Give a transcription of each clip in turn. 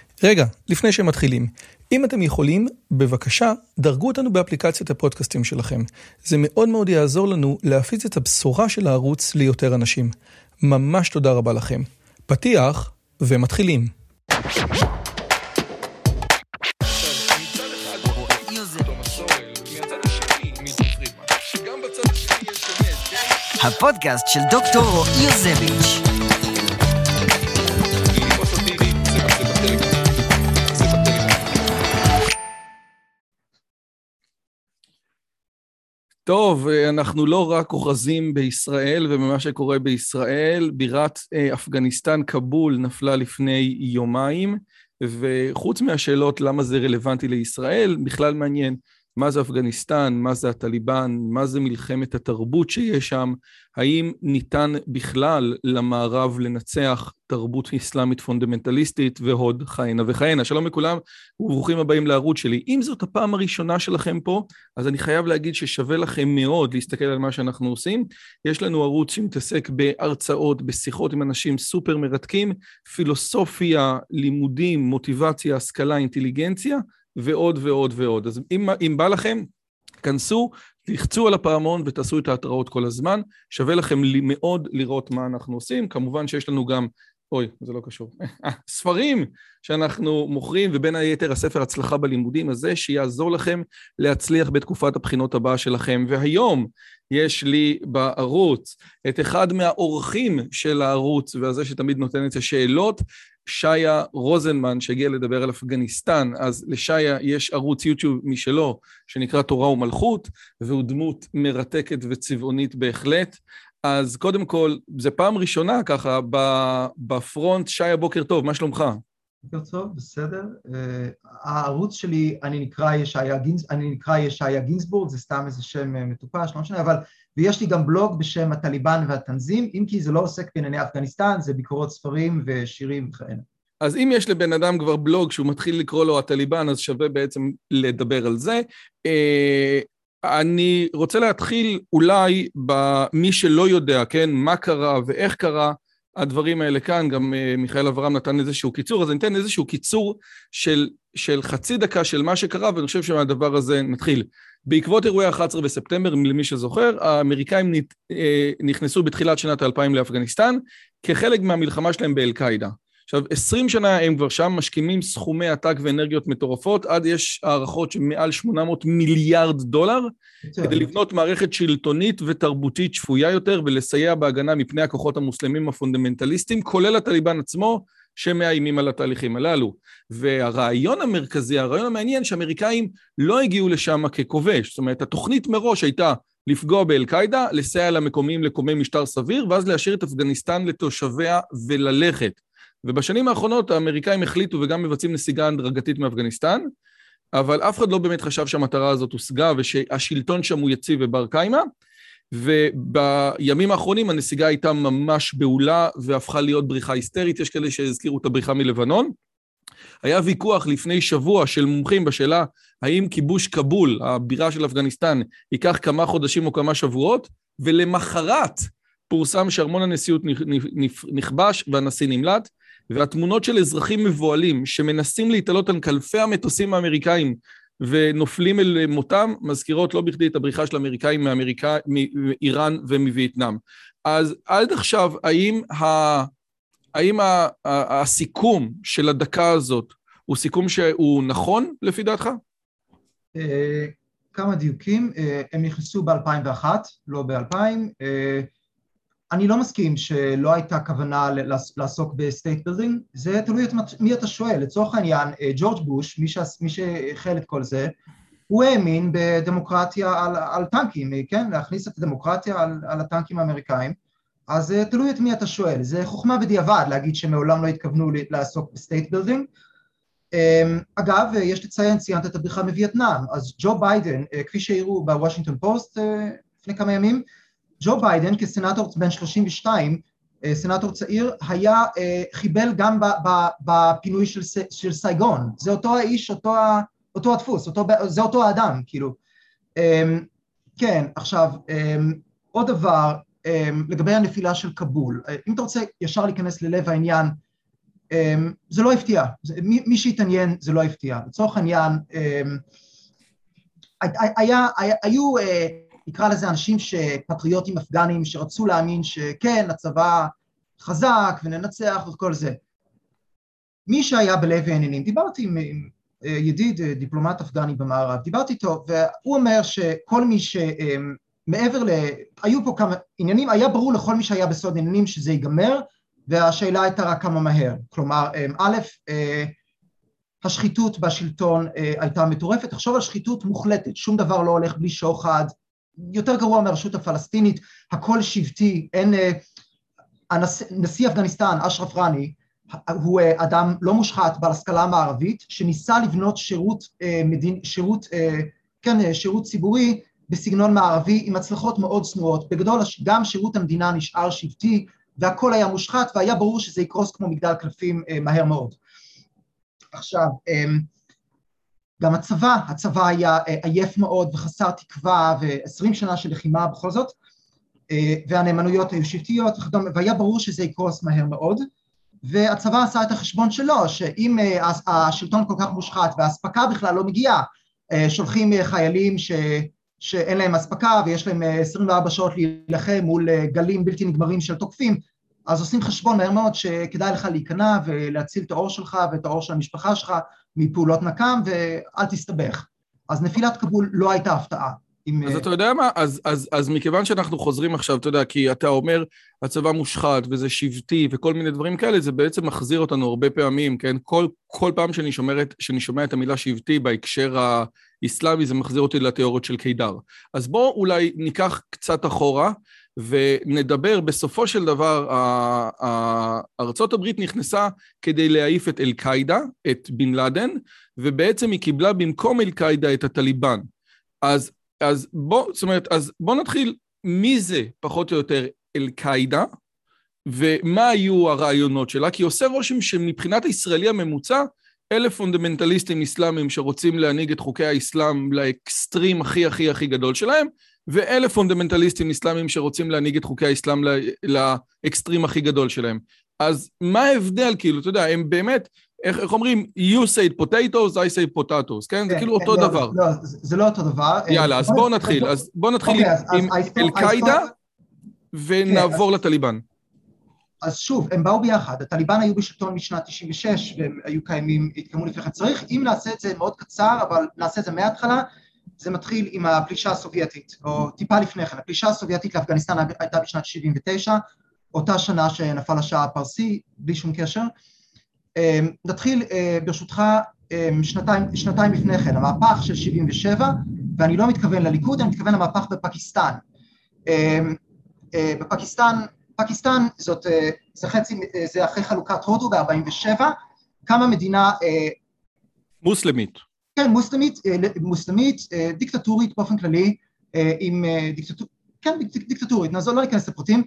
רגע, לפני שמתחילים, אם אתם יכולים, בבקשה, דרגו אותנו באפליקציית הפודקאסטים שלכם. זה מאוד מאוד יעזור לנו להפיץ את הבשורה של הערוץ ליותר אנשים. ממש תודה רבה לכם. פתיח ומתחילים. הפודקאסט של דוקטור רועי יוזביץ'. טוב, אנחנו לא רק אוחזים בישראל ובמה שקורה בישראל, בירת אפגניסטן, קבול, נפלה לפני יומיים, וחוץ מהשאלות למה זה רלוונטי לישראל, בכלל מעניין מה זה אפגניסטן, מה זה הטליבן, מה זה מלחמת התרבות שיש שם, האם ניתן בכלל למערב לנצח תרבות אסלאמית פונדמנטליסטית ועוד כהנה וכהנה. שלום לכולם וברוכים הבאים לערוץ שלי. אם זאת הפעם הראשונה שלכם פה, אז אני חייב להגיד ששווה לכם מאוד להסתכל על מה שאנחנו עושים. יש לנו ערוץ שמתעסק בהרצאות, בשיחות עם אנשים סופר מרתקים, פילוסופיה, לימודים, מוטיבציה, השכלה, אינטליגנציה, ועוד ועוד ועוד. אז אם בא לכם, כנסו, תלחצו על הפעמון ותעשו את ההתראות כל הזמן, שווה לכם מאוד לראות מה אנחנו עושים, כמובן שיש לנו גם, זה לא קשור, ספרים שאנחנו מוכרים, ובין היתר הספר הצלחה בלימודים הזה, שיעזור לכם להצליח בתקופת הבחינות הבאה שלכם, והיום יש לי בערוץ את אחד מהאורחים של הערוץ, והזה שתמיד נותן את השאלות, שיה רוזנמן שהגיע לדבר על אפגניסטן. אז לשיה יש ערוץ יוטיוב משלו שנקרא תורה ומלכות, והוא דמות מרתקת וצבעונית בהחלט. אז קודם כל, זה פעם ראשונה ככה בפרונט. שיה, בוקר טוב, מה שלומך? בוקר טוב, בסדר. הערוץ שלי, אני נקרא ישעיה גינזבורג, זה סתם איזה שם מטופש, לא משנה, אבל ויש לי גם בלוג בשם הטליבן והתנזים, אם כי זה לא עוסק בענייני אפגניסטן, זה ביקורות ספרים ושירים וכאלה. אז אם יש לבן אדם כבר בלוג שהוא מתחיל לקרוא לו הטליבן, אז שווה בעצם לדבר על זה. אני רוצה להתחיל אולי במי שלא יודע, כן, מה קרה ואיך קרה, הדברים האלה כאן, גם מיכאל אברהם נתן איזשהו קיצור, אז אני אתן איזשהו קיצור של חצי דקה של מה שקרה, ואני חושב שמהדבר הזה נתחיל. בעקבות אירועי 11 בספטמבר, למי שזוכר, האמריקאים נכנסו בתחילת שנת 2000 לאפגניסטן, כחלק מהמלחמה שלהם באל-קאידה. עכשיו, 20 שנה הם כבר שם משכימים סכומי עתק ואנרגיות מטורפות, עד יש הערכות שמעל 800 מיליארד דולר, כדי לבנות מערכת שלטונית ותרבותית שפויה יותר, ולסייע בהגנה מפני הכוחות המוסלמים הפונדמנטליסטים, כולל הטליבן עצמו, שמאיימים על התהליכים הללו. והרעיון המרכזי, הרעיון המעניין, שאמריקאים לא הגיעו לשם ככובש, זאת אומרת, התוכנית מראש הייתה לפגוע באל-קאידה, לסייע למקומיים לקומי משטר סביר, ואז להשאיר את אפגניסטן לתושביה וללכת. ובשנים האחרונות האמריקאים החליטו וגם מבצעים נסיגה הדרגתית מאפגניסטן, אבל אף אחד לא באמת חשב שהמטרה הזאת הושגה, ושהשלטון שם הוא יציב ובר קיימא, ובימים האחרונים הנסיגה הייתה ממש בעולה, והפכה להיות בריחה היסטרית. יש כאלה שהזכירו את הבריחה מלבנון. היה ויכוח לפני שבוע של מומחים בשאלה, האם כיבוש קבול, הבירה של אפגניסטן, ייקח כמה חודשים או כמה שבועות, ולמחרת פורסם שארמון הנשיאות נכבש והנשיא נמלט, והתמונות של אזרחים מבועלים שמנסים להתעלות על כנפי המטוסים האמריקאים ונופלים אל מותם, מזכירות לא בכדי את הבריחה של האמריקאים מאיראן ומווייטנאם. אז עד עכשיו, האם הסיכום של הדקה הזאת הוא סיכום שהוא נכון לפי דעתך? כמה דיוקים, הם נכנסו ב-2001, לא ב-2000, אני לא מסכים שלא הייתה כוונה לעסוק בסטייט בילדינג, זה תלוי את מי אתה שואל. לצורך העניין, ג'ורג' בוש, מי שהחל את כל זה, הוא האמין בדמוקרטיה על טנקים, כן? להכניס את הדמוקרטיה על הטנקים האמריקאים, אז תלוי את מי אתה שואל. זה חוכמה בדיעבד להגיד שמעולם לא התכוונו לעסוק בסטייט בילדינג. אגב, יש לציין, ציינת את הבריחה מווייטנאם, אז ג'ו ביידן, כפי שהראו בוושינגטון פוסט לפני כמה ימים, ג'ו ביידן כסנאטור בן 32, סנאטור צעיר, חיבל גם בפינוי של סייגון. זה אותו האיש, אותו הדפוס, זה אותו האדם, כאילו. כן, עכשיו, עוד דבר, לגבי הנפילה של קבול. אם אתה רוצה ישר להיכנס ללב העניין, זה לא הפתיע, מי שהתעניין זה לא הפתיע. לצורך העניין, היו, נקרא לזה אנשים פטריוטים אפגנים שרצו להאמין שכן, הצבא חזק וננצח וכל זה. מי שהיה בלב העניינים, דיברתי עם ידיד, דיפלומט אפגני במערב, דיברתי איתו, והוא אומר שכל מי שמעבר היו פה כמה עניינים, היה ברור לכל מי שהיה בסוד עניינים שזה ייגמר, והשאלה הייתה רק כמה מהר. כלומר, א', השחיתות בשלטון הייתה מטורפת, תחשוב על שחיתות מוחלטת, שום דבר לא הולך בלי שוחד, יותר גרוע מהרשות הפלסטינית, הכל שבטי, אין, נשיא אפגניסטן, אשרף גאני, הוא אדם לא מושחת בעל השכלה מערבית, שניסה לבנות שירות ציבורי בסגנון מערבי, עם הצלחות מאוד צנועות. בגדול, גם שירות המדינה נשאר שבטי, והכל היה מושחת, והיה ברור שזה יקרוס כמו מגדל קלפים מהר מאוד. עכשיו, גם הצבא היה עייף מאוד וחסר תקווה, ו20 שנה של לחימה בכל זאת, והנאמנויות היו שבטיות, והיה ברור שזה יקרוס מהר מאוד, והצבא עשה את החשבון שלו, שאם השלטון כל כך מושחת, וההספקה בכלל לא מגיעה, שולחים חיילים שאין להם הספקה, ויש להם 24 שעות להילחם מול גלים בלתי נגמרים של תוקפים, אז עושים חשבון מהר מאוד שכדאי לך להיכנע ולהציל את האור שלך ואת האור של המשפחה שלך מפעולות נקם, ואל תסתבך. אז נפילת כבול לא הייתה הפתעה. אז אתה יודע מה? אז מכיוון שאנחנו חוזרים עכשיו, אתה יודע, כי אתה אומר, הצבא מושחת וזה שבטי וכל מיני דברים כאלה, זה בעצם מחזיר אותנו הרבה פעמים, כן? כל פעם שאני שומע את המילה שבטי בהקשר האסלאמי, זה מחזיר אותי לתיאוריות של קידר. אז בואו אולי ניקח קצת אחורה, ונדבר, בסופו של דבר, ארצות הברית נכנסה כדי להעיף את אל-קאידה, את בן לאדן, ובעצם היא קיבלה במקום אל-קאידה את הטליבן. אז בוא נתחיל, מי זה פחות או יותר אל-קאידה, ומה היו הרעיונות שלה? כי עושה רושם שמבחינת הישראלי הממוצע, 1,000 פונדמנטליסטים אסלאמיים שרוצים להנהיג את חוקי האסלאם לאקסטרים הכי גדול שלהם, ו1,000 פונדמנטליסטים אסלאמיים שרוצים להנהיג את חוקי האסלאם לאקסטרים הכי גדול שלהם. אז מה ההבדל? כאילו, אתה יודע, הם באמת, איך אומרים? You say potatoes, I say potatoes, כן? זה כאילו אותו דבר. לא, זה לא אותו דבר. יאללה, אז בואו נתחיל עם אל-קאידה, ונעבור לטליבן. אז שוב, הם באו ביחד, הטליבן היו בשלטון משנת 96, והם היו קיימים, התקיימו לפי כן צריך, אם נעשה את זה מאוד קצר, אבל נעשה את זה מההתחלה, זה מתחיל עם הפלישה הסובייטית, או טיפה לפני כן, הפלישה הסובייטית לאפגניסטן הייתה בשנת 79, אותה שנה שנפל השאה הפרסי, בלי שום קשר. נתחיל ברשותך שנתיים לפני כן, המהפך של 77, ואני לא מתכוון לליכוד, אני מתכוון למהפך בפקיסטן. פקיסטן זה אחרי חלוקת הודו ב-47, קמה מדינה מוסלמית. כן, מוסלמית, דיקטטורית באופן כללי, עם דיקטטורית, נעזור, לא ניכנס לפרטים.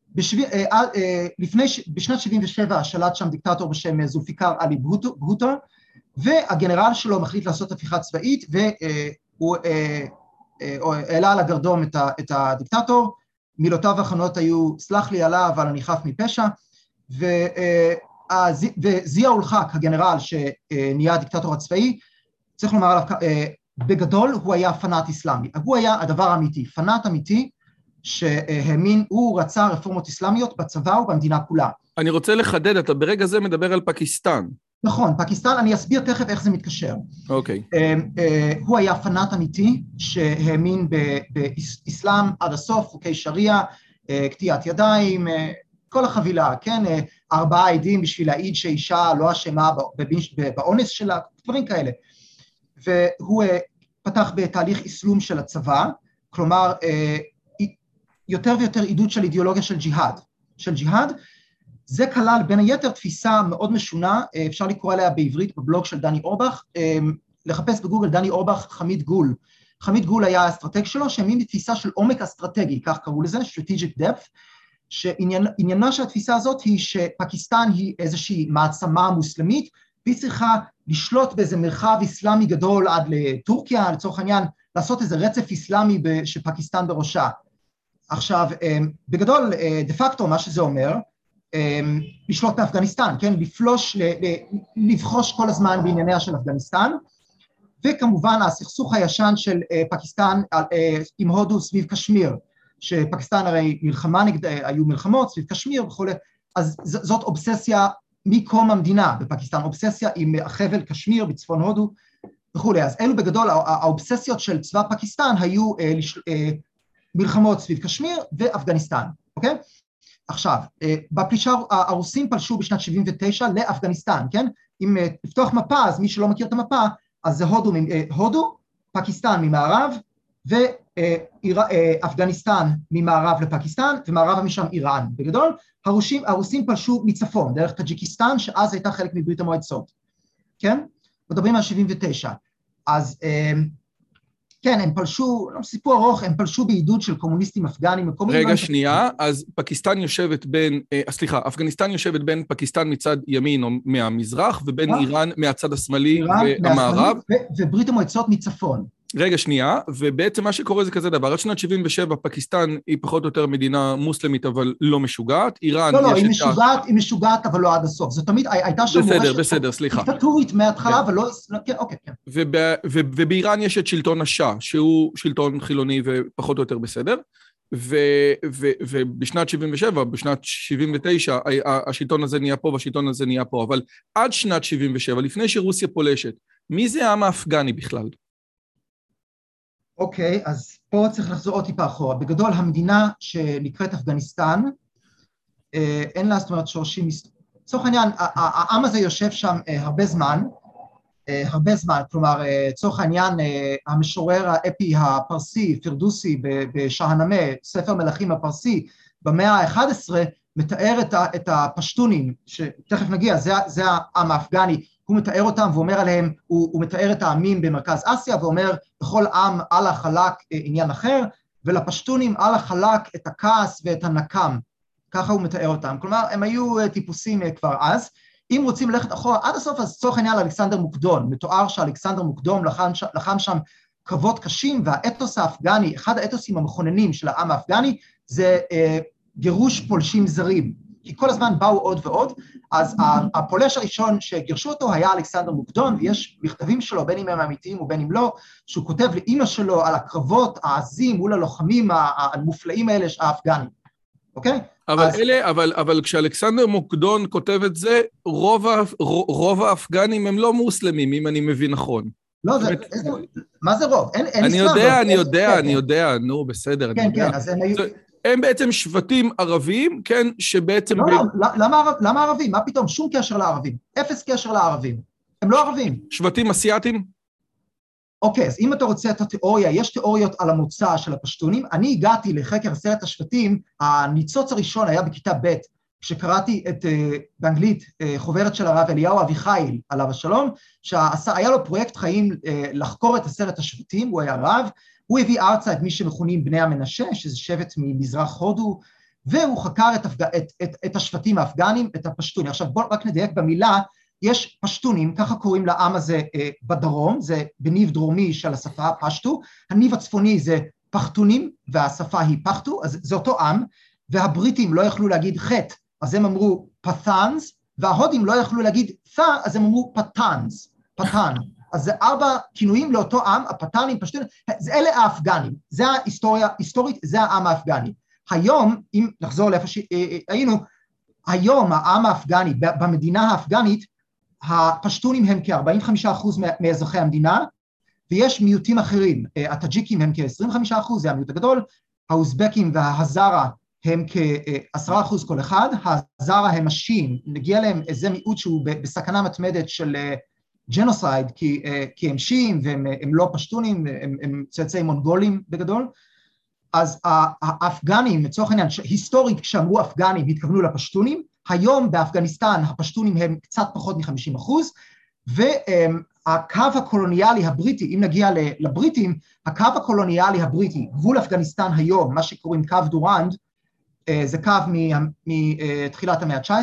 בשנת 77 שלט שם דיקטטור בשם זולפיקר עלי בוטו, והגנרל שלו מחליט לעשות הפיכה צבאית, והוא העלה על הגרדום את הדיקטטור, מילותיו האחרונות היו, סלח לי עלה, אבל אני חף מפשע, וזיה אול-חק, הגנרל שנהיה הדיקטטור הצבאי, צריך לומר עליו, בגדול הוא היה פנאט אסלאמי, הוא היה הדבר האמיתי, פנאט אמיתי, שהאמין, הוא רצה רפורמות אסלאמיות בצבא ובמדינה כולה. אני רוצה לחדד, אתה ברגע זה מדבר על פקיסטן. נכון, פקיסטן, אני אסביר תכף איך זה מתקשר. אוקיי. הוא היה פנאט אמיתי שהאמין באסלאם עד הסוף, חוקי שריעה, קטיעת ידיים, כל החבילה, כן? 4 עדים בשביל להעיד שאישה לא אשמה באונס שלה, דברים כאלה. והוא פתח בתהליך אסלום של הצבא, כלומר, יותר ויותר עידוד של אידיאולוגיה של ג'יהאד, זה כלל בין היתר תפיסה מאוד משונה, אפשר לקרוא עליה בעברית בבלוג של דני אורבך, לחפש בגוגל דני אורבך חמיד גול. חמיד גול היה האסטרטג שלו, שהאמין בתפיסה של עומק אסטרטגי, כך קראו לזה, strategic depth, שעניינה של התפיסה הזאת היא שפקיסטן היא איזושהי מעצמה מוסלמית, והיא צריכה לשלוט באיזה מרחב אסלאמי גדול עד לטורקיה, לצורך העניין, לעשות איזה רצף אסלאמי שפקיסטן בראשה. עכשיו, בגדול, דה פקטו, מה שזה אומר, לשלוט באפגניסטן, כן? לבחוש כל הזמן בענייניה של אפגניסטן, וכמובן הסכסוך הישן של פקיסטן עם הודו סביב קשמיר, שפקיסטן הרי היו מלחמות סביב קשמיר וכו', אז זאת אובססיה מקום המדינה בפקיסטן, אובססיה עם החבל קשמיר בצפון הודו וכו'. אז אלו בגדול האובססיות של צבא פקיסטן היו מלחמות סביב קשמיר ואפגניסטן, אוקיי? עכשיו, בפלישה הרוסים פלשו בשנת 79 לאפגניסטן, כן? אם לפתוח מפה, אז מי שלא מכיר את המפה, אז זה הודו, פקיסטן ממערב, ואפגניסטן ממערב לפקיסטן, ומערב משם איראן. בגדול, הרוסים פלשו מצפון, דרך טאג'יקיסטן, שאז הייתה חלק מברית המועצות, כן? מדברים על 79. אז כן, הם פלשו, לא סיפור ארוך, הם פלשו בעידוד של קומוניסטים אפגנים. רגע, שנייה, אז פקיסטן יושבת בין, סליחה, אפגניסטן יושבת בין פקיסטן מצד ימין או מהמזרח, ובין איראן מהצד השמאלי והמערב. וברית המועצות מצפון. רגע, שנייה, ובעצם מה שקורה זה כזה דבר, עד שנת 77, פקיסטן היא פחות או יותר מדינה מוסלמית, אבל לא משוגעת, איראן... לא, היא משוגעת, אבל לא עד הסוף, זו תמיד הייתה שם בסדר, סליחה. דיקטטורית מההתחלה, אבל לא... כן, אוקיי, כן. ובאיראן יש את שלטון השאה, שהוא שלטון חילוני ופחות או יותר בסדר, ובשנת 77, בשנת 79, השלטון הזה נהיה פה והשלטון הזה נהיה פה, אבל עד שנת 77, לפני שרוסיה פולשת, מי זה העם האפגני בכלל? אוקיי, אז פה צריך לחזור עוד טיפה אחורה. בגדול, המדינה שנקראת אפגניסטן, אין לה, זאת אומרת, שורשים... לצורך העניין, העם הזה יושב שם הרבה זמן, כלומר, לצורך העניין, המשורר האפי הפרסי, פירדוסי, בשהנמה, ספר מלכים הפרסי, במאה ה-11, מתאר את הפשטונים, שתכף נגיע, זה העם האפגני, הוא מתאר אותם ואומר עליהם, הוא מתאר את העמים במרכז אסיה, ואומר, בכל עם אללה חלק עניין אחר, ולפשטונים אללה חלק את הכעס ואת הנקם, ככה הוא מתאר אותם. כלומר, הם היו טיפוסים כבר אז. אם רוצים ללכת אחורה עד הסוף, אז צורך העניין אלכסנדר מוקדון, מתואר שאלכסנדר מוקדון לחם שם קרבות קשים, והאתוס האפגני, אחד האתוסים המכוננים של העם האפגני, זה גירוש פולשים זרים. כי כל הזמן באו עוד ועוד, אז הפולש הראשון שגירשו אותו היה אלכסנדר מוקדון, ויש מכתבים שלו, בין אם הם אמיתיים ובין אם לא, שהוא כותב לאמא שלו על הקרבות העזים מול הלוחמים המופלאים האלה האפגנים, אוקיי? אבל כשאלכסנדר מוקדון כותב את זה, רוב האפגנים הם לא מוסלמים, אם אני מבין נכון. לא, מה זה רוב? אני יודע, נו, בסדר. כן, אז הם היו... הם בעצם שבטים ערבים, כן, שבעצם... לא, למה ערבים? מה פתאום? שום קשר לערבים. אפס קשר לערבים. הם לא ערבים. שבטים אסיאטים? אוקיי, אז אם אתה רוצה את התיאוריה, יש תיאוריות על המוצא של הפשטונים. אני הגעתי לחקר 10 השבטים, הניצוץ הראשון היה בכיתה ב', כשקראתי באנגלית חוברת של הרב אליהו אביחיל, עליו השלום, שהיה לו פרויקט חיים לחקור את 10 השבטים, הוא היה רב, הוא הביא ארצה את מי שמכונים בני המנשה, שזה שבט ממזרח הודו, והוא חקר את השבטים האפגנים, את הפשטונים. עכשיו בואו רק נדייק במילה, יש פשטונים, ככה קוראים לעם הזה בדרום, זה בניב דרומי של השפה פשטו, הניב הצפוני זה פחתונים, והשפה היא פחתו, אז זה אותו עם, והבריטים לא יכלו להגיד חטא, אז הם אמרו פת'אנס, וההודים לא יכלו להגיד ת'א, אז הם אמרו פת'אנס, פת'אן. אז זה 4 כינויים לאותו עם, הפת'אנים, פשטונים, אלה האפגנים, זה ההיסטוריה, היסטורית, זה העם האפגני. היום, אם נחזור לאיפה שהיינו, היום העם האפגני, במדינה האפגנית, הפשטונים הם כ-45% מאזרחי המדינה, ויש מיעוטים אחרים, הטאג'יקים הם כ-25%, זה המיעוט הגדול, האוזבקים וההזרה הם כ-10% כל אחד, ההזרה הם השיעים, נגיע להם איזה מיעוט שהוא בסכנה מתמדת של ג'נוסייד, כי הם שיעים והם לא פשטונים, הם צאצאי מונגולים בגדול, אז האפגנים, לצורך העניין, היסטורית כשאמרו אפגנים התכוונו לפשטונים, היום באפגניסטן הפשטונים הם קצת פחות מ-50%, והקו הקולוניאלי הבריטי, אם נגיע לבריטים, הקו הקולוניאלי הבריטי, גבול אפגניסטן היום, מה שקוראים קו דורנד, זה קו מתחילת המאה ה-19,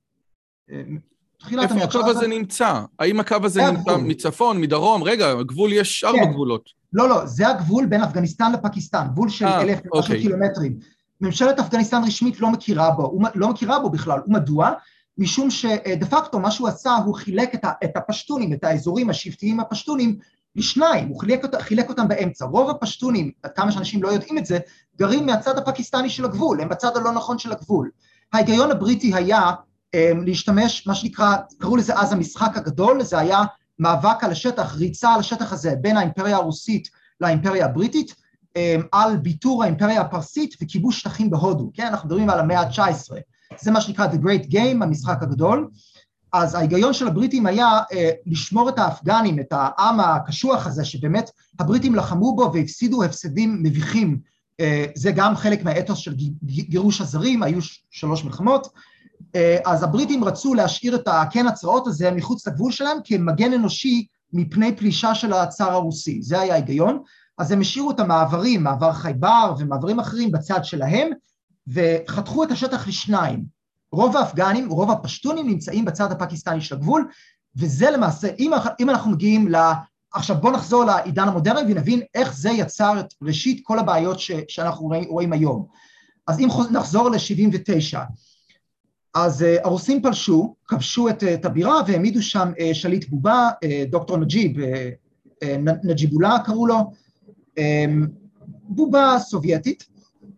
איפה הקו הזה נמצא? האם הקו הזה נמצא מצפון, מדרום? רגע, גבול יש 4 גבולות. לא, זה הגבול בין אפגניסטן לפקיסטן, גבול של 1,000 קילומטרים. ממשלת אפגניסטן רשמית לא מכירה בו, לא מכירה בו בכלל, ומדוע? משום שדה פקטו מה שהוא עשה, הוא חילק את הפשטונים, את האזורים השבטיים הפשטונים, לשניים, הוא חילק אותם באמצע. רוב הפשטונים, כמה שאנשים לא יודעים את זה, גרים מהצד הפקיסטני של הגבול, הם בצד הלא נכון של הגבול. ההיגיון הבריטי היה להשתמש, מה שנקרא, קראו לזה אז המשחק הגדול, זה היה מאבק על השטח, ריצה על השטח הזה בין האימפריה הרוסית לאימפריה הבריטית, על ביטור האימפריה הפרסית וכיבוש שטחים בהודו, כן? אנחנו מדברים על המאה ה-19, זה מה שנקרא The Great Game, המשחק הגדול. אז ההיגיון של הבריטים היה לשמור את האפגנים, את העם הקשוח הזה, שבאמת הבריטים לחמו בו והפסידו הפסדים מביכים, זה גם חלק מהאתוס של גירוש הזרים, היו 3 מלחמות, אז הבריטים רצו להשאיר את הקן הצרעות הזה מחוץ לגבול שלהם, כמגן אנושי מפני פלישה של הצאר הרוסי, זה היה ההיגיון, אז הם השאירו את המעברים, מעבר חייבר ומעברים אחרים בצד שלהם, וחתכו את השטח לשניים. רוב האפגנים, רוב הפשטונים נמצאים בצד הפקיסטני של הגבול, וזה למעשה, אם אנחנו מגיעים עכשיו בואו נחזור לעידן המודרני ונבין איך זה יצר את ראשית כל הבעיות שאנחנו רואים היום. אז אם נחזור ל-79, אז הרוסים פלשו, כבשו את הבירה והעמידו שם שליט בובה, דוקטור נג'יבולה קראו לו, בובה סובייטית,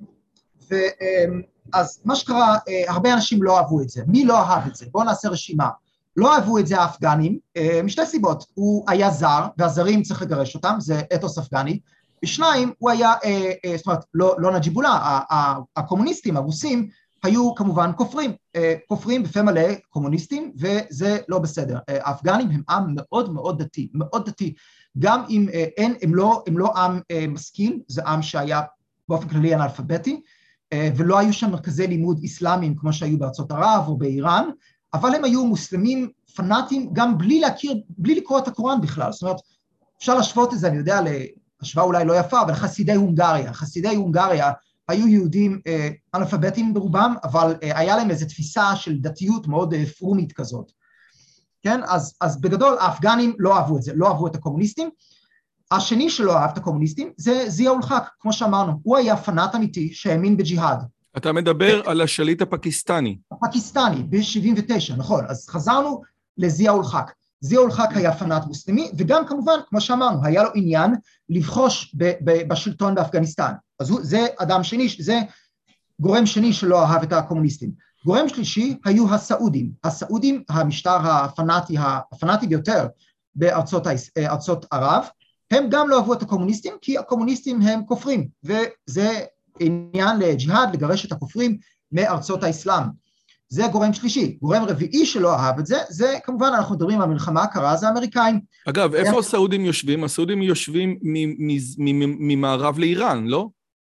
אז מה שקרה, הרבה אנשים לא אהבו את זה. מי לא אהב את זה? בואו נעשה רשימה. לא אהבו את זה האפגנים, משתי סיבות. הוא היה זר, והזרים צריך לגרש אותם, זה אתוס אפגני. ושניים, הוא היה, זאת אומרת, לא נג'יבולה, הקומוניסטים, הרוסים, היו כמובן כופרים בפה מלא קומוניסטים, וזה לא בסדר. האפגנים הם עם מאוד מאוד דתי, מאוד דתי. גם אם הם לא עם משכיל, זה עם שהיה באופן כללי אנאלפביתי, ולא היו שם מרכזי לימוד איסלאמיים כמו שהיו בארצות ערב או באיראן, אבל הם היו מוסלמים פנאטים גם בלי לקרוא את הקוראן בכלל, זאת אומרת, אפשר להשוות את זה, אני יודע, להשוואה אולי לא יפה, אבל חסידי הונגריה היו יהודים אנאלפביתים ברובם, אבל היה להם איזו תפיסה של דתיות מאוד פרומית כזאת, כן? אז בגדול האפגנים לא אהבו את זה, לא אהבו את הקומוניסטים, השני שלא אהב את הקומוניסטים זה זיאא אול חק, כמו שאמרנו, הוא היה פנאט אמיתי שהאמין בג'יהאד. אתה מדבר על השליט הפקיסטני. הפקיסטני, ב-79, נכון, אז חזרנו לזיאא אול חק. זיאא אול חק היה פנאט מוסלמי, וגם כמובן, כמו שאמרנו, היה לו עניין לבחוש בשלטון באפגניסטן. אז זה אדם שני, זה גורם שני שלא אהב את הקומוניסטים. גורם שלישי היו הסעודים. הסעודים, המשטר הפנאטי ביותר בארצות ערב, הם גם לא אהבו את הקומוניסטים, כי הקומוניסטים הם כופרים, וזה עניין לג'יהאד, לגרש את הכופרים מארצות האסלאם. זה גורם שלישי. גורם רביעי שלא אהב את זה, זה כמובן אנחנו מדברים על מלחמה הקרה, זה האמריקאים. אגב, איפה הסעודים יושבים? הסעודים יושבים ממערב לאיראן, לא?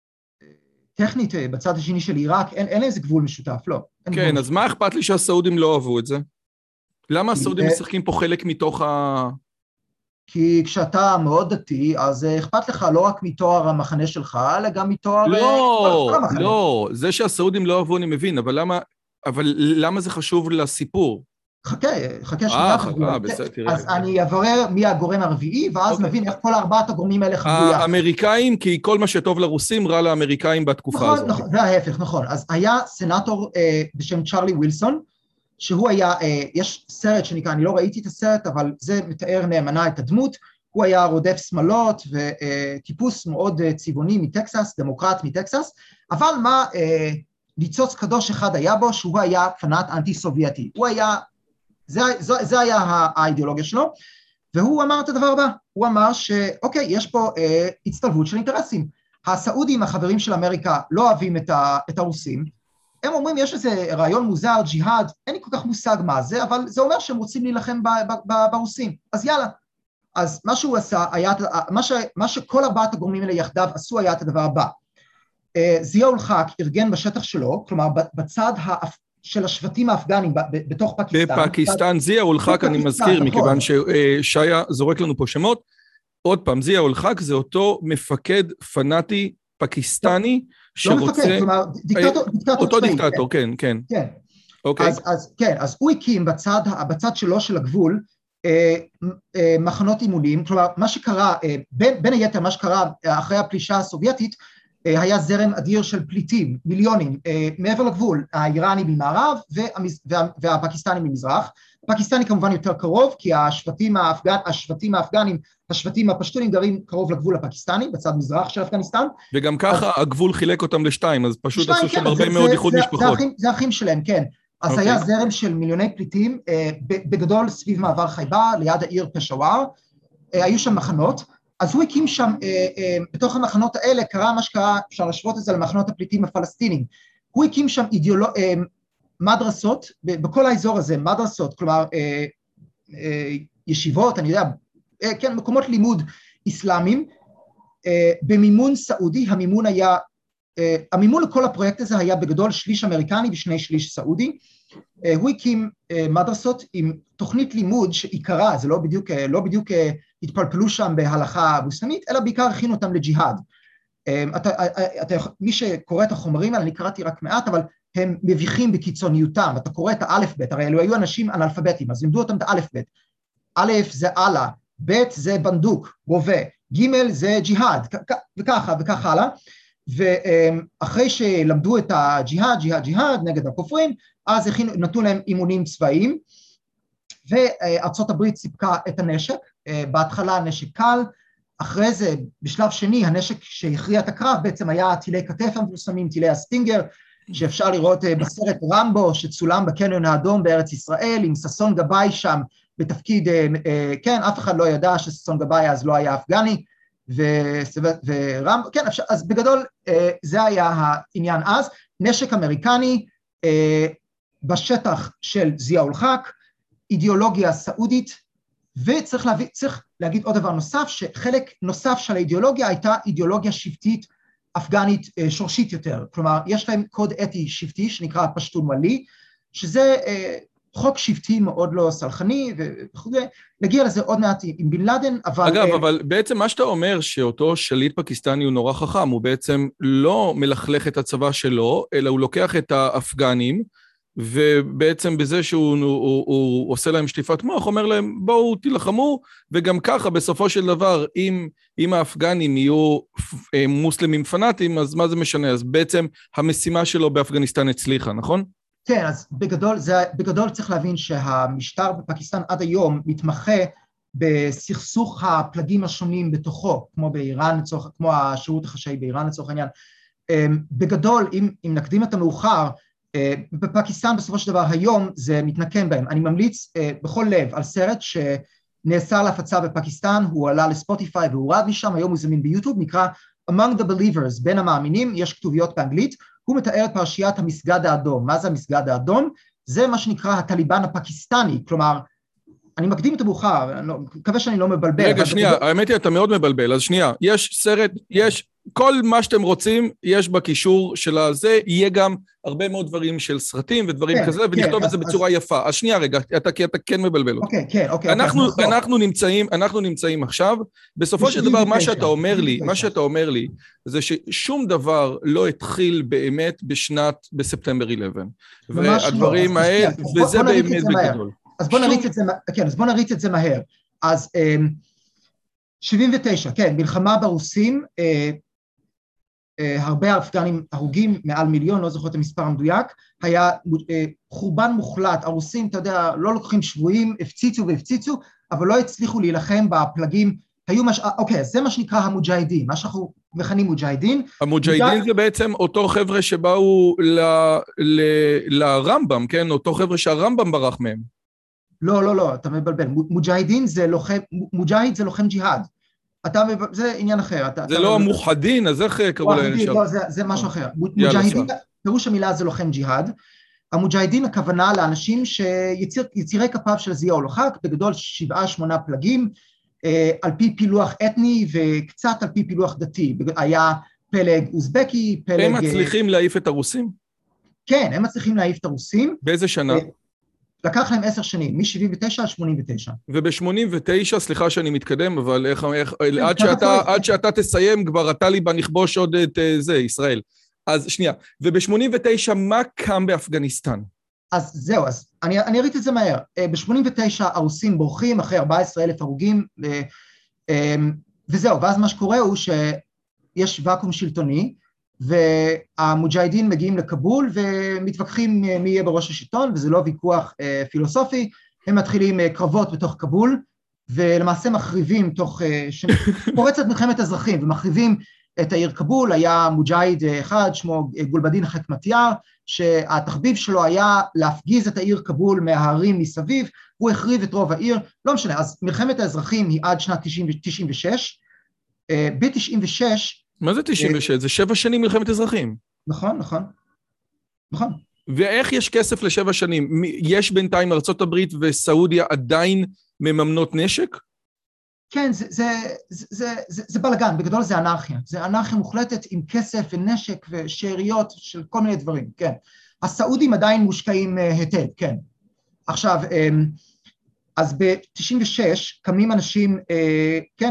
טכנית, בצד השני של עיראק, אין איזה גבול משותף, לא. כן, אז מה אכפת לי שהסעודים לא אהבו את זה? למה הסעודים משחקים פה חלק מתוך כי כשאתה מאוד דתי, אז אכפת לך לא רק מתואר המחנה שלך, אלא גם מתואר... לא, זה שהסעודים לא אהבו אני מבין, אבל למה זה חשוב לסיפור? חכה שנייה. אז אני אברר מי הגורם הרביעי, ואז נבין איך כל 4 הגורמים האלה חבו יחד. האמריקאים, כי כל מה שטוב לרוסים רע לאמריקאים בתקופה הזאת. נכון, זה ההפך, נכון. אז היה סנאטור בשם צ'רלי ווילסון, שהוא היה, יש סרט שנקרא, אני לא ראיתי את הסרט, אבל זה מתאר נאמנה את הדמות, הוא היה רודף שמאלות וטיפוס מאוד צבעוני מטקסס, דמוקרט מטקסס, אבל מה ניצוץ קדוש אחד היה בו, שהוא היה פנאט אנטי-סובייטי, הוא היה, זה היה האידיאולוגיה שלו, והוא אמר את הדבר הבא, הוא אמר שאוקיי, יש פה הצטלבות של אינטרסים, הסעודים, החברים של אמריקה, לא אוהבים את הרוסים, הם אומרים, יש איזה רעיון מוזר, ג'יהאד, אין לי כל כך מושג מה זה, אבל זה אומר שהם רוצים להילחם ברוסים, אז יאללה. אז מה שהוא עשה, מה שכל 4 הגורמים האלה יחדיו עשו היה את הדבר הבא. זיאא אול חק ארגן בשטח שלו, כלומר בצד של השבטים האפגנים בתוך פקיסטן. בפקיסטן, זיאא אול חק, אני מזכיר, מכיוון ששיה זורק לנו פה שמות, עוד פעם, זיאא אול חק זה אותו מפקד פנאטי פקיסטני, לא מפקד, כלומר, דיקטטור צבאי. אותו דיקטטור, כן. כן. אוקיי. אז הוא הקים בצד שלו של הגבול, מחנות אימונים, כלומר, מה שקרה, בין היתר מה שקרה אחרי הפלישה הסובייטית, היה זרם אדיר של פליטים, מיליונים, מעבר לגבול, האיראני ממערב והפקיסטני ממזרח. הפקיסטני כמובן יותר קרוב, כי השבטים האפגנים, השבטים הפשטונים גרים קרוב לגבול הפקיסטני, בצד מזרח של אפגניסטן. וגם ככה הגבול חילק אותם לשתיים, אז פשוט עשו שם הרבה מאוד איחוד משפחות. זה אחים שלהם, כן. אז היה זרם של מיליוני פליטים, בגדול סביב מעבר חייבר, ליד העיר פשוואר, היו שם מחנות, אז הוא הקים שם, בתוך המחנות האלה קרה מה שקרה, אפשר להשוות את זה למחנות הפליטים הפלסטינים, הוא הקים שם מדרסות, בכל האזור הזה, מדרסות, כלומר ישיבות, אני יודע, כן, מקומות לימוד אסלאמיים, במימון סעודי, המימון לכל הפרויקט הזה היה בגדול שליש אמריקני ושני שליש סעודי, הוא הקים מדרסות עם תוכנית לימוד שעיקרה, זה לא בדיוק התפלפלו שם בהלכה מוסלמית, אלא בעיקר הכינו אותם לג'יהאד. מי שקורא את החומרים האלה, אני קראתי רק מעט, אבל הם מביכים בקיצוניותם, אתה קורא את האלף בית, הרי אלו היו אנשים אנאלפביתים, אז לימדו אותם את האלף בית, א' זה אללה, ב' זה בנדוק, רובה, ג' זה ג'יהאד, וככה הלאה, ואחרי שלמדו את הג'יהאד נגד הכופרים, אז נתנו להם אימונים צבאיים, וארצות הברית סיפקה את הנשק, בהתחלה נשק קל, אחרי זה בשלב שני הנשק שהכריע את הקרב בעצם היה טילי כתף המפורסמים, טילי הסטינגר, שאפשר לראות בסרט רמבו שצולם בקניון האדום בארץ ישראל, עם ששון גבאי שם בתפקיד, כן, אף אחד לא ידע שששון גבאי אז לא היה אפגני, ורמבו, כן, אז בגדול זה היה העניין אז, נשק אמריקני בשטח של זיעה אול-חק, אידיאולוגיה סעודית, וצריך להגיד עוד דבר נוסף, שחלק נוסף של האידיאולוגיה הייתה אידיאולוגיה שבטית אפגנית שורשית יותר, כלומר יש להם קוד אתי שבטי שנקרא פשטון ולי, שזה חוק שבטי מאוד לא סלחני, ונגיע לזה עוד מעט עם בן לאדן, אבל... אגב, אבל בעצם מה שאתה אומר, שאותו שליט פקיסטני הוא נורא חכם, הוא בעצם לא מלכלך את הצבא שלו, אלא הוא לוקח את האפגנים, ובעצם בזה שהוא עושה להם שטיפת מוח, אומר להם בואו תלחמו, וגם ככה בסופו של דבר אם האפגנים יהיו מוסלמים פנאטים, אז מה זה משנה? אז בעצם המשימה שלו באפגניסטן הצליחה, נכון? כן, אז בגדול צריך להבין שהמשטר בפקיסטן עד היום מתמחה בסכסוך הפלגים השונים בתוכו, כמו באיראן, כמו השירות החשאי באיראן לצורך העניין. בגדול, אם נקדים את המאוחר, בפקיסטן בסופו של דבר היום זה מתנקם בהם. אני ממליץ בכל לב על סרט שנאסר להפצה בפקיסטן, הוא עלה לספוטיפיי והורד משם, היום הוא זמין ביוטיוב, נקרא Among the Believers, בין המאמינים, יש כתוביות באנגלית, הוא מתאר את פרשיית המסגד האדום. מה זה המסגד האדום? זה מה שנקרא הטליבן הפקיסטני, כלומר, אני מקדים את המאוחר, אני מקווה שאני לא מבלבל. רגע, שנייה, האמת היא, אתה מאוד מבלבל, אז שנייה, יש סרט, יש כל מה שאתם רוצים, יש בקישור של הזה, יהיה גם הרבה מאוד דברים של סרטים ודברים כזה, ונכתוב את זה בצורה יפה. אז שנייה רגע, אתה כן מבלבל אותי. אוקיי. אנחנו נמצאים עכשיו, בסופו של דבר מה שאתה אומר לי, זה ששום דבר לא התחיל באמת בספטמבר 11. והדברים האלה, וזה באמת בגדול. אז בוא נריץ את זה מהר. אז 79, כן, מלחמה ברוסים, הרבה אפגנים הרוגים, מעל מיליון, לא זוכר את המספר המדויק, היה חורבן מוחלט, הרוסים, אתה יודע, לא לוקחים שבויים, הפציצו, אבל לא הצליחו להילחם בפלגים, אוקיי, זה מה שנקרא המוג'הדין, מה שאנחנו מכנים מוג'הדין. המוג'הדין זה בעצם אותו חבר'ה שבאו לרמב"ם, כן? אותו חבר'ה שהרמב"ם ברח מהם. לא, אתה מבלבל, מוג'הדין זה לוחם ג'יהאד. זה עניין אחר. זה לא המוחדין, אז איך קראו להם שם? לא, זה משהו אחר. מוג'הדין, פירוש המילה זה לוחם ג'יהאד. המוג'הדין הכוונה לאנשים שיצירי כפיו של זיעה אול-חק, בגדול 7-8 פלגים, על פי פילוח אתני וקצת על פי פילוח דתי. היה פלג אוזבקי, פלג... הם מצליחים להעיף את הרוסים? כן, הם מצליחים להעיף את הרוסים. באיזה שנה? לקח להם 10 שנים, מ-79 עד 89. וב-89, סליחה שאני מתקדם, אבל עד שאתה תסיים, כבר הטליבן יכבוש עוד את זה, ישראל. אז שנייה, וב-89, מה קם באפגניסטן? אז זהו, אז אני אריץ את זה מהר. ב-89 הרוסים בורחים אחרי 14,000 הרוגים, וזהו, ואז מה שקורה הוא שיש ואקום שלטוני, והמוג'אהידין מגיעים לכבול ומתווכחים מי יהיה בראש השלטון, וזה לא ויכוח פילוסופי, הם מתחילים קרבות בתוך כבול, ולמעשה מחריבים פורצת מלחמת אזרחים, ומחריבים את העיר כבול. היה מוג'אהיד אחד, שמו גולבדין חכמתיאר, שהתחביב שלו היה להפגיז את העיר כבול מההרים מסביב, הוא החריב את רוב העיר, לא משנה, אז מלחמת האזרחים היא עד שנת 96, ב-96... מה זה 96? זה 7 שנים מלחמת אזרחים. נכון. ואיך יש כסף ל7 שנים? יש בינתיים ארצות הברית וסעודיה עדיין מממנות נשק? כן, זה בלגן, בגדול זה אנרכיה. זה אנרכיה מוחלטת עם כסף ונשק ושאריות של כל מיני דברים, כן. הסעודים עדיין מושקעים היטב, כן. עכשיו, אז ב-96 קמים אנשים, כן,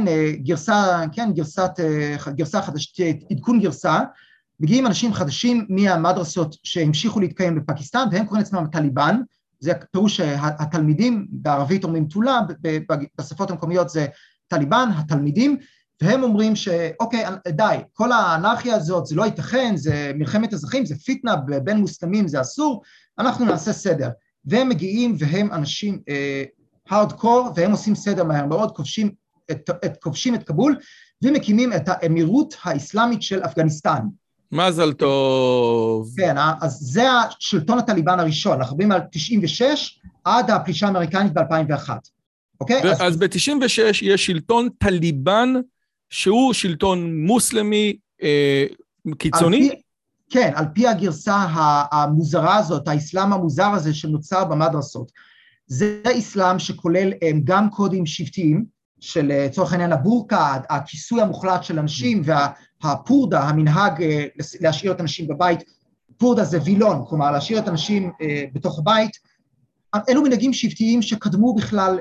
גרסה חדשת, עדכון גרסה, מגיעים אנשים חדשים מהמדרסות שהמשיכו להתקיים בפקיסטן, והם קוראים לעצמם טליבן, זה פירוש התלמידים, בערבית אומרים תולה, בשפות המקומיות זה טליבן, התלמידים, והם אומרים שאוקיי, די, כל האנרכיה הזאת, זה לא ייתכן, זה מלחמת אזרחים, זה פיטנה בין מוסלמים, זה אסור, אנחנו נעשה סדר. והם מגיעים והם אנשים הארדקור, והם עושים סדר מהר מאוד, כובשים את כבול, ומקימים את האמירות האסלאמית של אפגניסטן. מזל טוב. כן, אז זה השלטון הטליבן הראשון, אנחנו מדברים על 96 עד הפלישה האמריקנית ב-2001. אוקיי? אז ב-96 יש שלטון טליבן, שהוא שלטון מוסלמי קיצוני? כן, על פי הגרסה המוזרה הזאת, האסלאם המוזר הזה שנוצר במדרסות. זה אסלאם שכולל גם קודים שבטיים, של צורך העניין הבורקה, הכיסוי המוחלט של אנשים, והפורדה, המנהג להשאיר את אנשים בבית, פורדה זה וילון, כלומר להשאיר את אנשים בתוך הבית, אלו מנהגים שבטיים שקדמו בכלל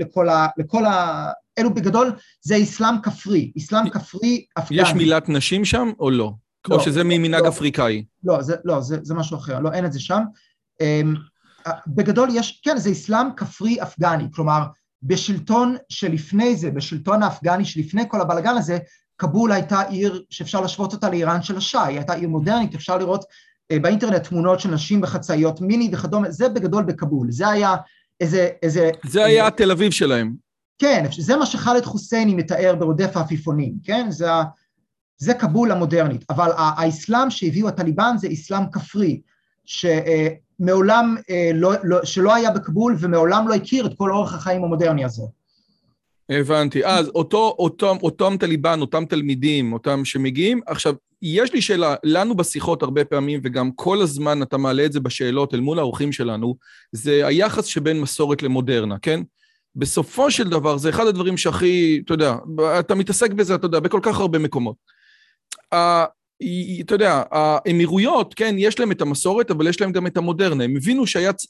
אלו בגדול זה אסלאם כפרי, אסלאם כפרי אפגני. יש מילת נשים שם או לא? או שזה ממנהג אפריקאי? לא, זה משהו אחר, לא, אין את זה שם. בגדול יש, כן, זה אסלאם כפרי אפגני, כלומר, בשלטון שלפני זה, בשלטון האפגני שלפני כל הבלגן הזה, כבול הייתה עיר שאפשר להשוות אותה לאיראן של השאה, היא הייתה עיר מודרנית, אפשר לראות באינטרנט תמונות של נשים בחצאיות מיני וכדומה, זה בגדול בכבול, זה היה זה היה תל אביב שלהם. כן, זה מה שחאלד חוסייני מתאר ברודף העפיפונים, כן? זה כבול המודרנית, אבל האסלאם שהביאו הטליבן זה אסלאם כפרי, שמעולם שלא היה בכבול ומעולם לא הכיר את כל אורח החיים המודרני הזה. הבנתי, אז אותם טליבן, אותם תלמידים, אותם שמגיעים, עכשיו, יש לי שאלה, לנו בשיחות הרבה פעמים, וגם כל הזמן אתה מעלה את זה בשאלות אל מול האורחים שלנו, זה היחס שבין מסורת למודרנה, כן? בסופו של דבר, זה אחד הדברים שהכי, אתה יודע, אתה מתעסק בזה, אתה יודע, בכל כך הרבה מקומות. אתה יודע, האמירויות, כן, יש להם את המסורת, אבל יש להם גם את המודרנה. הם הבינו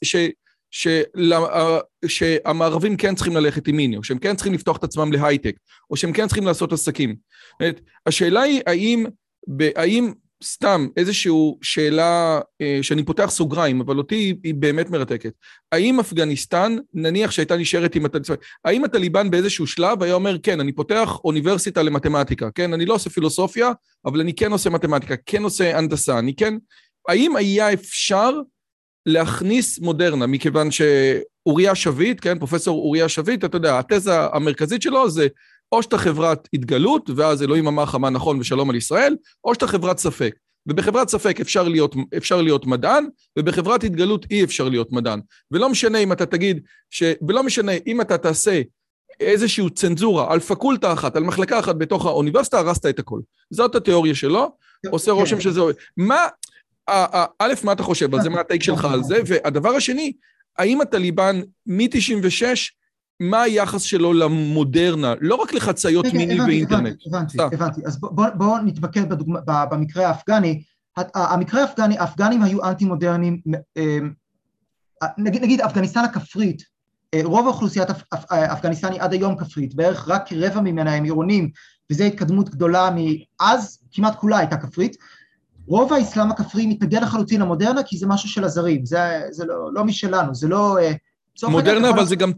שהמערבים כן צריכים ללכת עם מיני, או שהם כן צריכים לפתוח את עצמם להייטק, או שהם כן צריכים לעשות עסקים. השאלה היא, האם סתם איזושהי שאלה שאני פותח סוגריים, אבל אותי היא באמת מרתקת. האם אפגניסטן, נניח שהייתה נשארת עם הטליבן, האם הטליבן באיזשהו שלב היה אומר, כן, אני פותח אוניברסיטה למתמטיקה, כן, אני לא עושה פילוסופיה, אבל אני כן עושה מתמטיקה, כן עושה הנדסה, אני כן, האם היה אפשר להכניס מודרנה, מכיוון שאוריה שביט, כן, פרופסור אוריה שביט, אתה יודע, התזה המרכזית שלו זה, או שאתה חברת התגלות, ואז אלוהים אמר לך מה נכון ושלום על ישראל, או שאתה חברת ספק. ובחברת ספק אפשר להיות מדען, ובחברת התגלות אי אפשר להיות מדען. ולא משנה אם אתה תגיד, ולא משנה אם אתה תעשה איזושהי צנזורה על פקולטה אחת, על מחלקה אחת בתוך האוניברסיטה, הרסת את הכל. זאת התיאוריה שלו, עושה רושם שזה... א', מה אתה חושב על זה? מה הטייק שלך על זה? והדבר השני, האם הטליבן מ-96 מה היחס שלו למודרנה, לא רק לחצאיות מיני ואינטרנט. הבנתי, אז בואו נתמקד במקרה האפגני. המקרה האפגני, האפגנים היו אנטי-מודרניים, נגיד אפגניסטן הכפרית, רוב האוכלוסיית אפגניסטן היא עד היום כפרית, בערך רק רבע ממנה הם עירונים, וזו התקדמות גדולה מאז, כמעט כולה הייתה כפרית. רוב האסלאם הכפרי מתנגד לחלוטין למודרנה, כי זה משהו של הזרים, זה לא משלנו, זה לא... מודרנה, אבל זה גם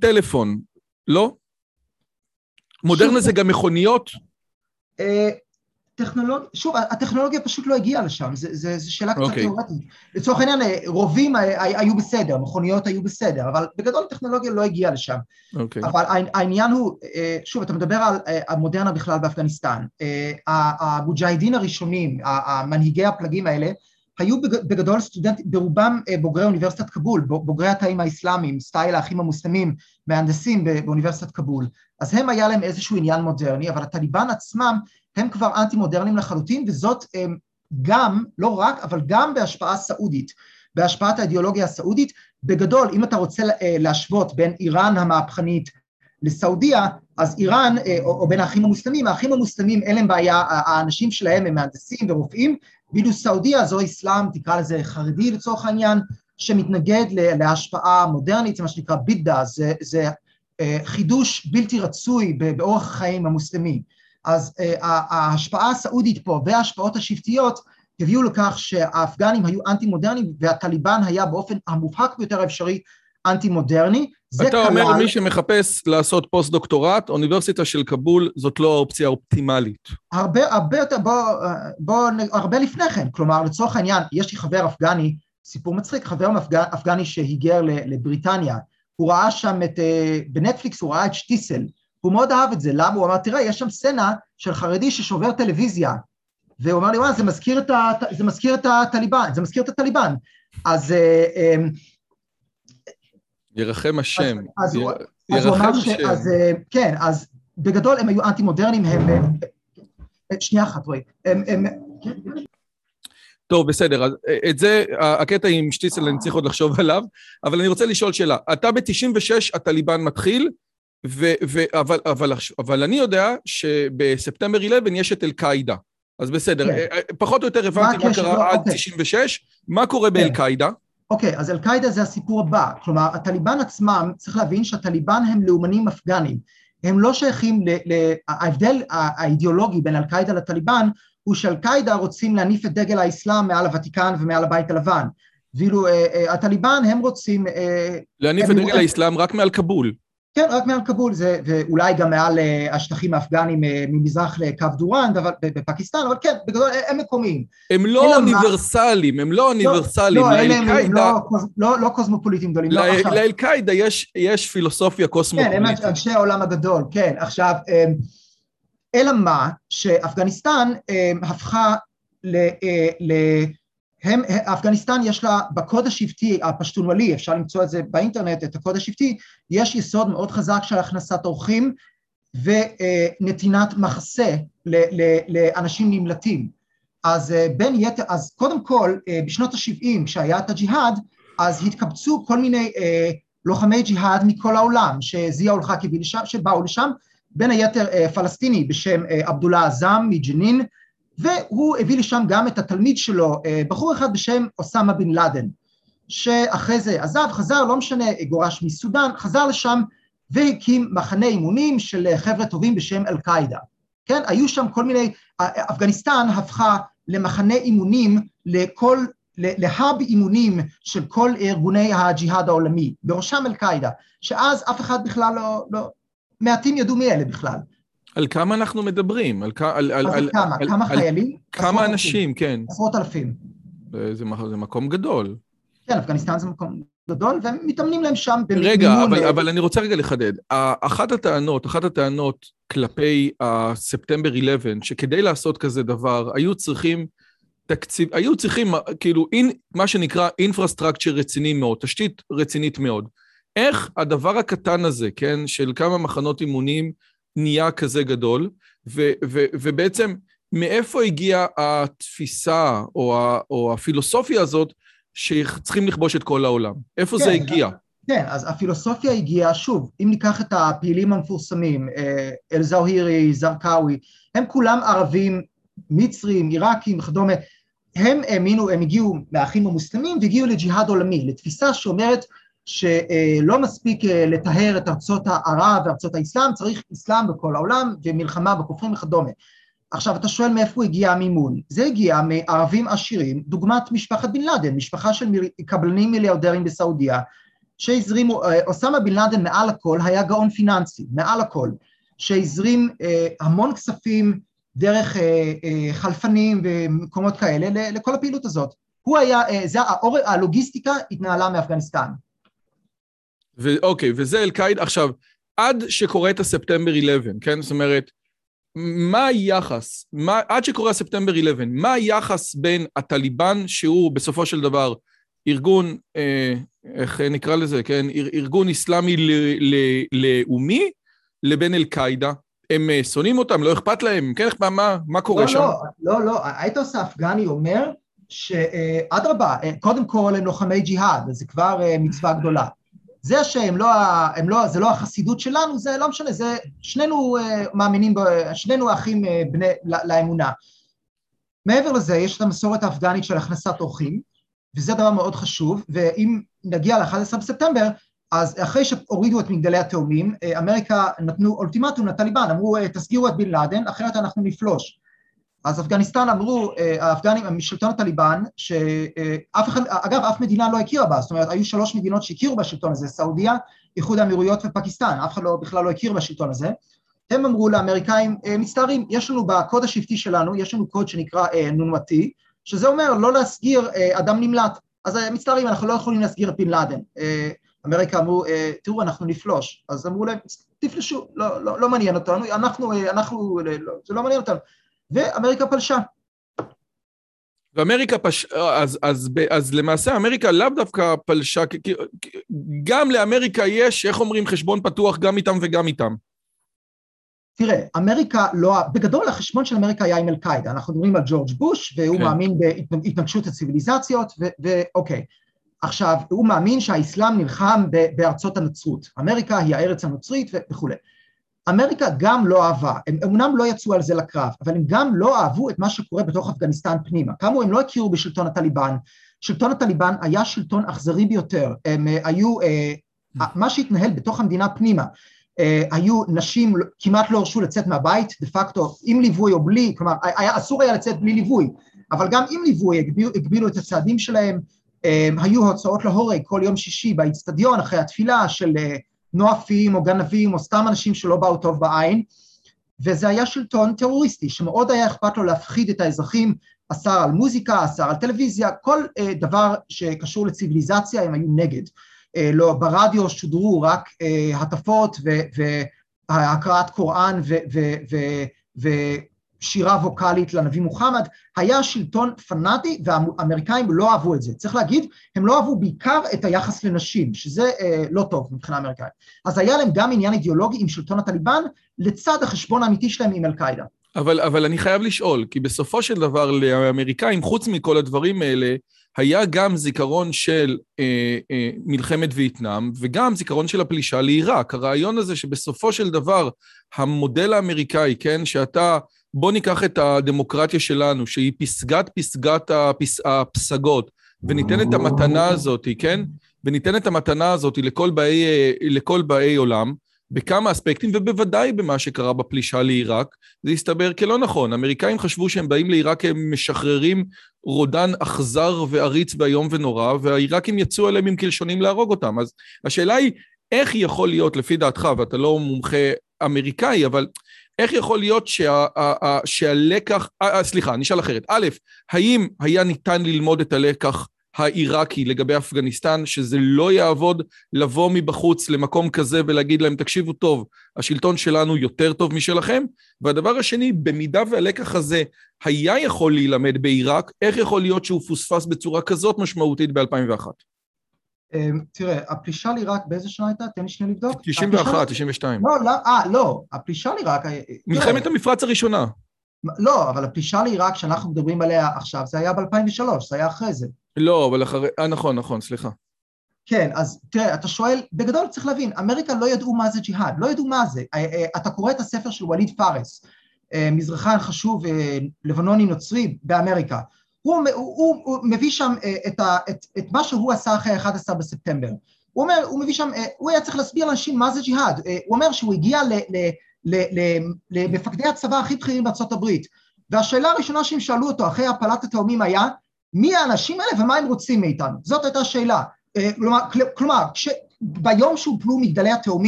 שוב, הטכנולוגיה פשוט לא הגיעה לשם, זו שאלה קצת תיאורטית. לצורך העניין, רובים היו בסדר, מכוניות היו בסדר, אבל בגדול הטכנולוגיה לא הגיעה לשם. אבל העניין הוא, שוב, אתה מדבר על המודרנה בכלל באפגניסטן, המוג'אהידין הראשונים, המנהיגי הפלגים האלה, היו בגדול סטודנטים, ברובם בוגרי אוניברסיטת קבול, בוגרי התאים האסלאמיים, סטייל האחים המוסלמים, מהנדסים באוניברסיטת קבול. אז הם היה להם איזשהו עניין מודרני, אבל הטליבן עצמם הם כבר אנטי-מודרניים לחלוטין, וזאת גם, לא רק, אבל גם בהשפעה סעודית, בהשפעת האידיאולוגיה הסעודית. בגדול, אם אתה רוצה להשוות בין איראן המהפכנית לסעודיה, אז איראן, או בין האחים המוסלמים, אין להם בעיה, האנשים שלהם הם מהנדסים ורופאים, ואילו סעודיה זו אסלאם, תקרא לזה חרדי לצורך העניין, שמתנגד להשפעה מודרנית, זה מה שנקרא בידדה, זה חידוש בלתי רצוי באורח החיים המוסלמי. אז ההשפעה הסעודית פה וההשפעות השבטיות הביאו לכך שהאפגנים היו אנטי-מודרניים, והטליבן היה באופן המובהק ביותר האפשרי אנטי-מודרני. אתה אומר מי שמחפש לעשות פוסט-דוקטורט, אוניברסיטה של קבול זאת לא האופציה האופטימלית. הרבה יותר, הרבה לפני כן, כלומר לצורך העניין, יש לי חבר אפגני, סיפור מצחיק, חבר אפגני שהיגר לבריטניה, הוא ראה שם בנטפליקס הוא ראה את שטיסל, הוא מאוד אהב את זה, למה? הוא אמר, תראה, יש שם סצנה של חרדי ששובר טלוויזיה, והוא אמר לי, וואי, זה מזכיר את הטליבן, אז ירחם השם. כן, אז בגדול הם היו אנטי-מודרניים, שנייה אחת, רואי, טוב, בסדר, אז את זה, הקטע עם שטיסל אני צריך עוד לחשוב עליו, אבל אני רוצה לשאול שאלה, אתה ב-96 הטליבן מתחיל, אבל אני יודע שבספטמבר 11 יש את אל-קאידה, אז בסדר, פחות או יותר הבנתי מה קרה עד 96, מה קורה באל-קאידה? אוקיי, אז אל-קאידה זה הסיפור הבא, כלומר, הטליבן עצמם, צריך להבין שהטליבן הם לאומנים אפגנים, הם לא שייכים, ההבדל האידיאולוגי בין אל-קאידה לטליבן, הוא שאל-קאידה רוצים להניף את דגל האסלאם מעל הוותיקן ומעל הבית הלבן, ואילו הטליבן הם רוצים... להניף את דגל האסלאם רק מעל קבול. כן, רק מעל קבול, ואולי גם מעל השטחים האפגנים ממזרח לקו דורנד, בפקיסטן, אבל כן, בגדול הם מקומיים. הם לא אוניברסליים, הם לא אוניברסליים. לא קוסמופוליטים גדולים. לאל-קאידה יש פילוסופיה קוסמופוליטית. כן, הם אנשי העולם הגדול, כן. עכשיו, אלא מה שאפגניסטן הפכה אפגניסטן יש לה בקוד השבטי הפשטונוואלי, אפשר למצוא את זה באינטרנט, את הקוד השבטי, יש יסוד מאוד חזק של הכנסת אורחים ונתינת מחסה לאנשים נמלטים. אז קודם כל, בשנות ה-70, כשהיה את הג'יהאד, אז התקבצו כל מיני לוחמי ג'יהאד מכל העולם, שזיע אול-חאקי שבאו לשם, בין היתר פלסטיני בשם עבדוללה עזאם מג'נין, והוא הביא לשם גם את התלמיד שלו, בחור אחד בשם אוסמה בן לאדן, שאחרי זה עזב, חזר, לא משנה, גורש מסודן, חזר לשם והקים מחנה אימונים של חבר'ה טובים בשם אל-קאידה. כן, היו שם כל מיני, אפגניסטן הפכה למחנה אימונים להאב אימונים של כל ארגוני הג'יהאד העולמי, בראשם אל-קאידה, שאז אף אחד בכלל לא מעטים ידעו מי אלה בכלל. על כמה אנחנו מדברים? כמה חיילים? כמה אנשים, כן. עשרות אלפים. זה מקום גדול. כן, אפגניסטן זה מקום גדול, והם מתאמנים להם שם. רגע, אבל אני רוצה רגע לחדד. אחת הטענות כלפי ספטמבר 11, שכדי לעשות כזה דבר, היו צריכים כאילו, מה שנקרא infrastructure רציני מאוד, תשתית רצינית מאוד. איך הדבר הקטן הזה, כן, של כמה מחנות אימונים, נהיה כזה גדול, ובעצם מאיפה הגיעה התפיסה או הפילוסופיה הזאת שצריכים לכבוש את כל העולם? איפה זה הגיע? כן, אז הפילוסופיה הגיעה, שוב, אם ניקח את הפעילים המפורסמים, אל-זוהירי, זרקאווי, הם כולם ערבים, מצרים, עיראקים וכדומה, הם האמינו, הם הגיעו מהאחים המוסלמים והגיעו לג'יהאד עולמי, לתפיסה שאומרת שלא מספיק לטהר את ארצות הערב וארצות האסלאם, צריך אסלאם בכל העולם ומלחמה בכופרים וכדומה. עכשיו אתה שואל מאיפה הגיע המימון? זה הגיע מערבים עשירים, דוגמת משפחת בן לאדן, משפחה של קבלנים מיליארדרים בסעודיה, שהזרימו, אוסמה בן לאדן מעל הכל היה גאון פיננסי, מעל הכל, שהזרים המון כספים דרך חלפנים ומקומות כאלה, לכל הפעילות הזאת. הוא היה, הלוגיסטיקה התנהלה מאפגניסטן. אוקיי, וזה אל-קאעידה. עכשיו, עד שקורה את הספטמבר 11, כן? זאת אומרת, מה היחס, עד שקורה הספטמבר 11, מה היחס בין הטליבן, שהוא בסופו של דבר ארגון, איך נקרא לזה, כן? ארגון אסלאמי לאומי, לבין אל-קאעידה? הם שונאים אותם, לא אכפת להם, כן? מה קורה שם? לא, האתוס האפגני אומר שאדרבה, קודם כל הם לוחמי ג'יהאד, זה כבר מצווה גדולה. זה שהם לא, זה לא החסידות שלנו, זה לא משנה, זה שנינו מאמינים, שנינו אחים לאמונה. מעבר לזה, יש את המסורת האפגנית של הכנסת אורחים, וזה דבר מאוד חשוב, ואם נגיע ל-11 בספטמבר, אז אחרי שהורידו את מגדלי התאומים, אמריקה נתנו אולטימטום לטליבן, אמרו, תסגירו את בן לאדן, אחרת אנחנו נפלוש. אז אפגניסטן אמרו, האפגנים, משלטון הטליבן, שאף אחד, אגב, אף מדינה לא הכירה בה, זאת אומרת, היו 3 מדינות שהכירו בשלטון הזה, סעודיה, איחוד האמירויות ופקיסטן, אף אחד בכלל לא הכיר בשלטון הזה. הם אמרו לאמריקאים, מצטערים, יש לנו בקוד השבטי שלנו, יש לנו קוד שנקרא נונמתי, שזה אומר לא להסגיר אדם נמלט. אז מצטערים, אנחנו לא יכולים להסגיר את בן לאדן. אמריקה אמרו, תראו, אנחנו נפלוש. אז אמרו להם, תפלשו, לא מעניין אותנו, זה לא מעניין אותנו. ואמריקה פלשה. ואמריקה אז למעשה אמריקה לאו דווקא פלשה, גם לאמריקה יש, איך אומרים, חשבון פתוח גם איתם וגם איתם. תראה, אמריקה לא, בגדול החשבון של אמריקה היה עם אל-קאעידה, אנחנו מדברים על ג'ורג' בוש, והוא מאמין בהתנגשות הציביליזציות, ואוקיי. עכשיו, הוא מאמין שהאסלאם נלחם בארצות הנצרות, אמריקה היא הארץ הנוצרית וכו'. אמריקה גם לא אהבה, הם אמנם לא יצאו על זה לקרב, אבל הם גם לא אהבו את מה שקורה בתוך אפגניסטן פנימה. כאמור, הם לא הכירו בשלטון הטליבן, שלטון הטליבן היה שלטון אכזרי ביותר, הם היו, מה שהתנהל בתוך המדינה פנימה, היו נשים כמעט לא הרשו לצאת מהבית, דה פקטו, עם ליווי או בלי, כלומר, אסור היה לצאת בלי ליווי, אבל גם עם ליווי הגבילו את הצעדים שלהם, היו הוצאות להורג כל יום שישי באצטדיון אחרי התפילה של נואפים או גנבים או סתם אנשים שלא באו טוב בעין, וזה היה שלטון טרוריסטי, שמאוד היה אכפת לו להפחיד את האזרחים, אסר על מוזיקה, אסר על טלוויזיה, כל דבר שקשור לציביליזציה הם היו נגד. לא, ברדיו שודרו רק הטפות והקראת קוראן ושירה ווקלית לנביא מוחמד, היה שלטון פנאטי והאמריקאים לא אהבו את זה. צריך להגיד, הם לא אהבו בעיקר את היחס לנשים, שזה לא טוב מבחינה אמריקאית. אז היה להם גם עניין אידיאולוגי עם שלטון הטליבן, לצד החשבון האמיתי שלהם עם אל-קאעידה. אבל אני חייב לשאול, כי בסופו של דבר לאמריקאים, חוץ מכל הדברים האלה, היה גם זיכרון של מלחמת וייטנאם, וגם זיכרון של הפלישה לעיראק. הרעיון הזה שבסופו של דבר, המודל האמריקאי, כן, בוא ניקח את הדמוקרטיה שלנו, שהיא פסגת הפסגות, וניתן את המתנה הזאת, כן? וניתן את המתנה הזאת לכל באי עולם, בכמה אספקטים, ובוודאי במה שקרה בפלישה לעיראק, זה הסתבר כלא נכון. האמריקאים חשבו שהם באים לעיראק, הם משחררים רודן אכזר ועריץ והיום ונורא, והעיראקים יצאו עליהם עם קלשונים להרוג אותם. אז השאלה היא, איך יכול להיות, לפי דעתך, ואתה לא מומחה אמריקאי, אבל איך יכול להיות שהלקח, סליחה, נשאל אחרת. א', האם היה ניתן ללמוד את הלקח העיראקי לגבי אפגניסטן, שזה לא יעבוד לבוא מבחוץ למקום כזה ולהגיד להם, תקשיבו טוב, השלטון שלנו יותר טוב משלכם, והדבר השני, במידה והלקח הזה היה יכול להילמד בעיראק, איך יכול להיות שהוא פוספס בצורה כזאת משמעותית ב-2001? תראה, הפלישה לעיראק באיזה שנה הייתה? תן לי שנייה לבדוק. 91, 92. לא, הפלישה לעיראק... מלחמת המפרץ הראשונה. לא, אבל הפלישה לעיראק שאנחנו מדברים עליה עכשיו, זה היה ב-2003, זה היה אחרי זה. לא, אבל אחרי... נכון, סליחה. כן, אז תראה, אתה שואל, בגדול צריך להבין, אמריקה לא ידעו מה זה ג'יהאד, לא ידעו מה זה. אתה קורא את הספר של וליד פארס, מזרחן חשוב, לבנוני נוצרי באמריקה. הוא מביא שם את מה שהוא עשה אחרי 11 בספטמבר. הוא מביא שם, הוא היה צריך להסביר לאנשים מה זה ג'יהאד. הוא אומר שהוא הגיע למפקדי הצבא הכי בכירים בארצות הברית, והשאלה הראשונה שהם שאלו אותו אחרי הפלת התאומים היה, מי האנשים האלה ומה הם רוצים מאיתנו? זאת הייתה שאלה. כלומר, ביום שהופלו מגדלי התאומים,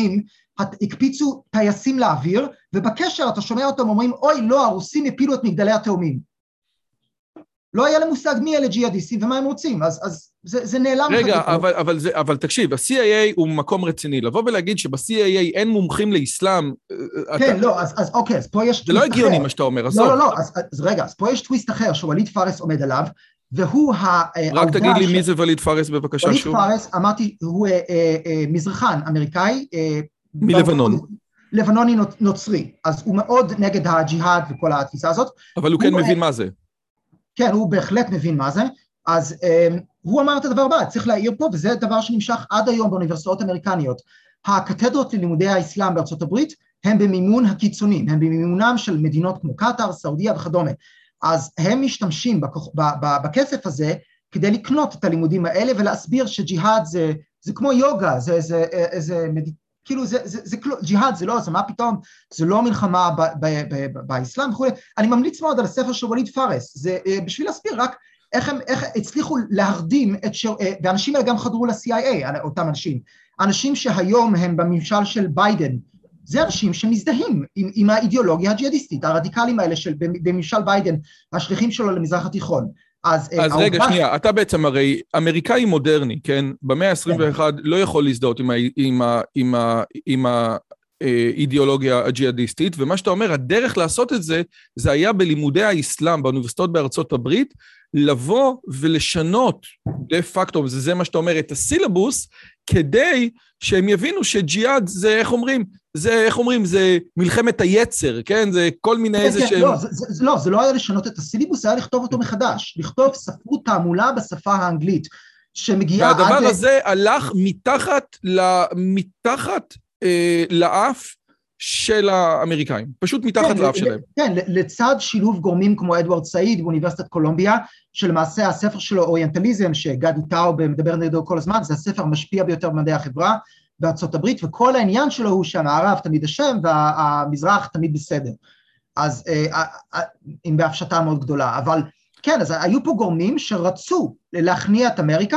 הקפיצו טייסים לאוויר, ובקשר אתה שומע אותם אומרים, אוי לא, הרוסים הפילו את מגדלי התאומים. לא היה להם מושג מי אלה ג'יהאדיסטים ומה הם רוצים, אז זה נעלם. רגע, אבל תקשיב, ה-CIA הוא מקום רציני, לבוא ולהגיד שב-CIA אין מומחים לאסלאם, כן, לא, אז אוקיי, אז פה יש טוויסט אחר. זה לא הגיוני מה שאתה אומר, לא, אז רגע, אז פה יש טוויסט אחר, שווליד פארס עומד עליו, והוא רק תגיד לי מי זה וליד פארס בבקשה שוב. וליד פארס, אמרתי, הוא מזרחן, אמריקאי. מלבנון. לבנוני נוצרי, אז הוא מאוד נגד הג'יהאד וכל התפיסה הזאת. אבל הוא כן מבין מה זה. כן, הוא בהחלט מבין מה זה, אז הוא אמר את הדבר הבא, צריך להעיר פה, וזה דבר שנמשך עד היום באוניברסיטאות אמריקניות. הקתדרות ללימודי האסלאם בארצות הברית, הם במימון הקיצונים, הם במימונם של מדינות כמו קטר, סעודיה וכדומה. אז הם משתמשים בכסף הזה, כדי לקנות את הלימודים האלה, ולהסביר שג'יהאד זה כמו יוגה, כאילו ג'יהאד זה לא, זה מה פתאום, זה לא מלחמה באסלאם וכו'. אני ממליץ מאוד על הספר של וליד פארס, זה בשביל להסביר רק איך הצליחו להרדים, ואנשים האלה גם חדרו ל-CIA, אותם אנשים שהיום הם בממשל של ביידן, זה אנשים שמזדהים עם האידיאולוגיה הג'יהאדיסטית, הרדיקלים האלה בממשל ביידן, השליחים שלו למזרח התיכון. אז רגע, שנייה, אתה בעצם הרי אמריקאי מודרני, כן? במאה ה-21 לא יכול להזדהות עם האידיאולוגיה הג'יהאדיסטית, ומה שאתה אומר, הדרך לעשות את זה, זה היה בלימודי האסלאם באוניברסיטאות בארצות הברית, לבוא ולשנות דה פקטו, זה מה שאתה אומר, את הסילבוס, כדי שהם יבינו שג'יהאד זה, איך אומרים, זה מלחמת היצר, כן? זה כל מיני איזה שהם... לא, זה לא היה לשנות את הסילבוס, זה היה לכתוב אותו מחדש, לכתוב ספרות תעמולה בשפה האנגלית, שמגיעה עד... והדבר הזה הלך מתחת לאף של האמריקאים, פשוט מתחת לאף שלהם. כן, לצד שילוב גורמים כמו אדוארד סעיד באוניברסיטת קולומביה, שלמעשה הספר שלו אוריינטליזם, שגדי טאו מדבר נגדו כל הזמן, זה הספר המשפיע ביותר במדעי החברה בארצות הברית, וכל העניין שלו הוא שהמערב תמיד אשם והמזרח תמיד בסדר. אז עם בהפשטה מאוד גדולה, אבל כן, אז היו פה גורמים שרצו להכניע את אמריקה,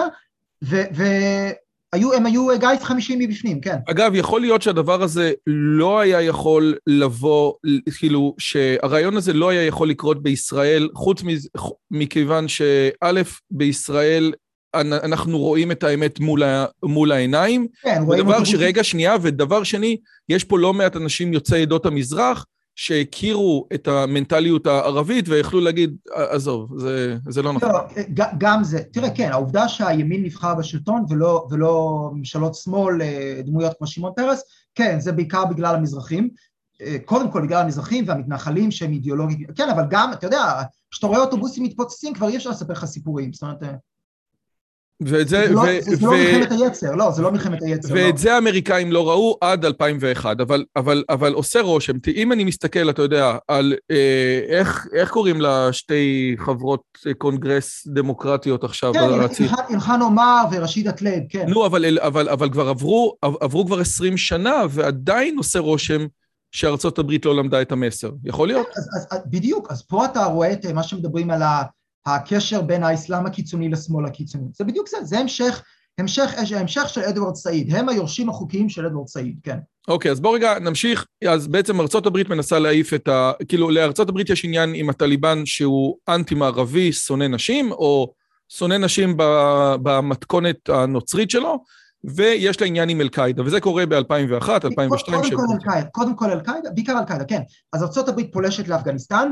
הם היו גיס 50 מבפנים, כן. אגב, יכול להיות שהדבר הזה לא היה יכול לבוא, כאילו, שהרעיון הזה לא היה יכול לקרות בישראל, חוץ מכיוון שא' בישראל אנחנו רואים את האמת מול העיניים, כן, ודבר שני, יש פה לא מעט אנשים יוצאי עדות המזרח, שהכירו את המנטליות הערבית, ויכלו להגיד, עזוב, זה לא נכון. גם זה, תראה, כן, העובדה שהימין נבחר בשלטון, ולא ממשלות שמאל, דמויות כמו שמעון פרס, כן, זה בעיקר בגלל המזרחים, קודם כל בגלל המזרחים והמתנחלים שהם אידיאולוגיים, כן, אבל גם, אתה יודע, כשאתה רואה אוטובוסים מתפוצצים, כבר אי אפשר לספר לך סיפורים, זאת אומרת... זה לא מלחמת היצר, לא, זה לא מלחמת היצר. ואת זה האמריקאים לא ראו עד 2001, אבל עושה רושם, אם אני מסתכל, אתה יודע, על איך קוראים לה שתי חברות קונגרס דמוקרטיות עכשיו? כן, אילחן עומר ורשידה תלייב, כן. נו, אבל כבר עברו כבר 20 שנה, ועדיין עושה רושם שארצות הברית לא למדה את המסר. יכול להיות? בדיוק, אז פה אתה רואה את מה שמדברים על הקשר בין האסלאם הקיצוני לשמאל הקיצוני. זה בדיוק זה, זה המשך של אדוארד סעיד, הם היורשים החוקיים של אדוארד סעיד, כן. אוקיי, אז בוא רגע נמשיך, אז בעצם ארצות הברית מנסה להעיף את כאילו לארצות הברית יש עניין עם הטליבן שהוא אנטי-מערבי, שונא נשים, או שונא נשים במתכונת הנוצרית שלו, ויש לה עניין עם אל-קאידה, וזה קורה ב-2001, 2002. קודם כל אל-קאידה, בעיקר אל-קאידה, כן. אז ארצות הברית פולשת לאפגניסטן,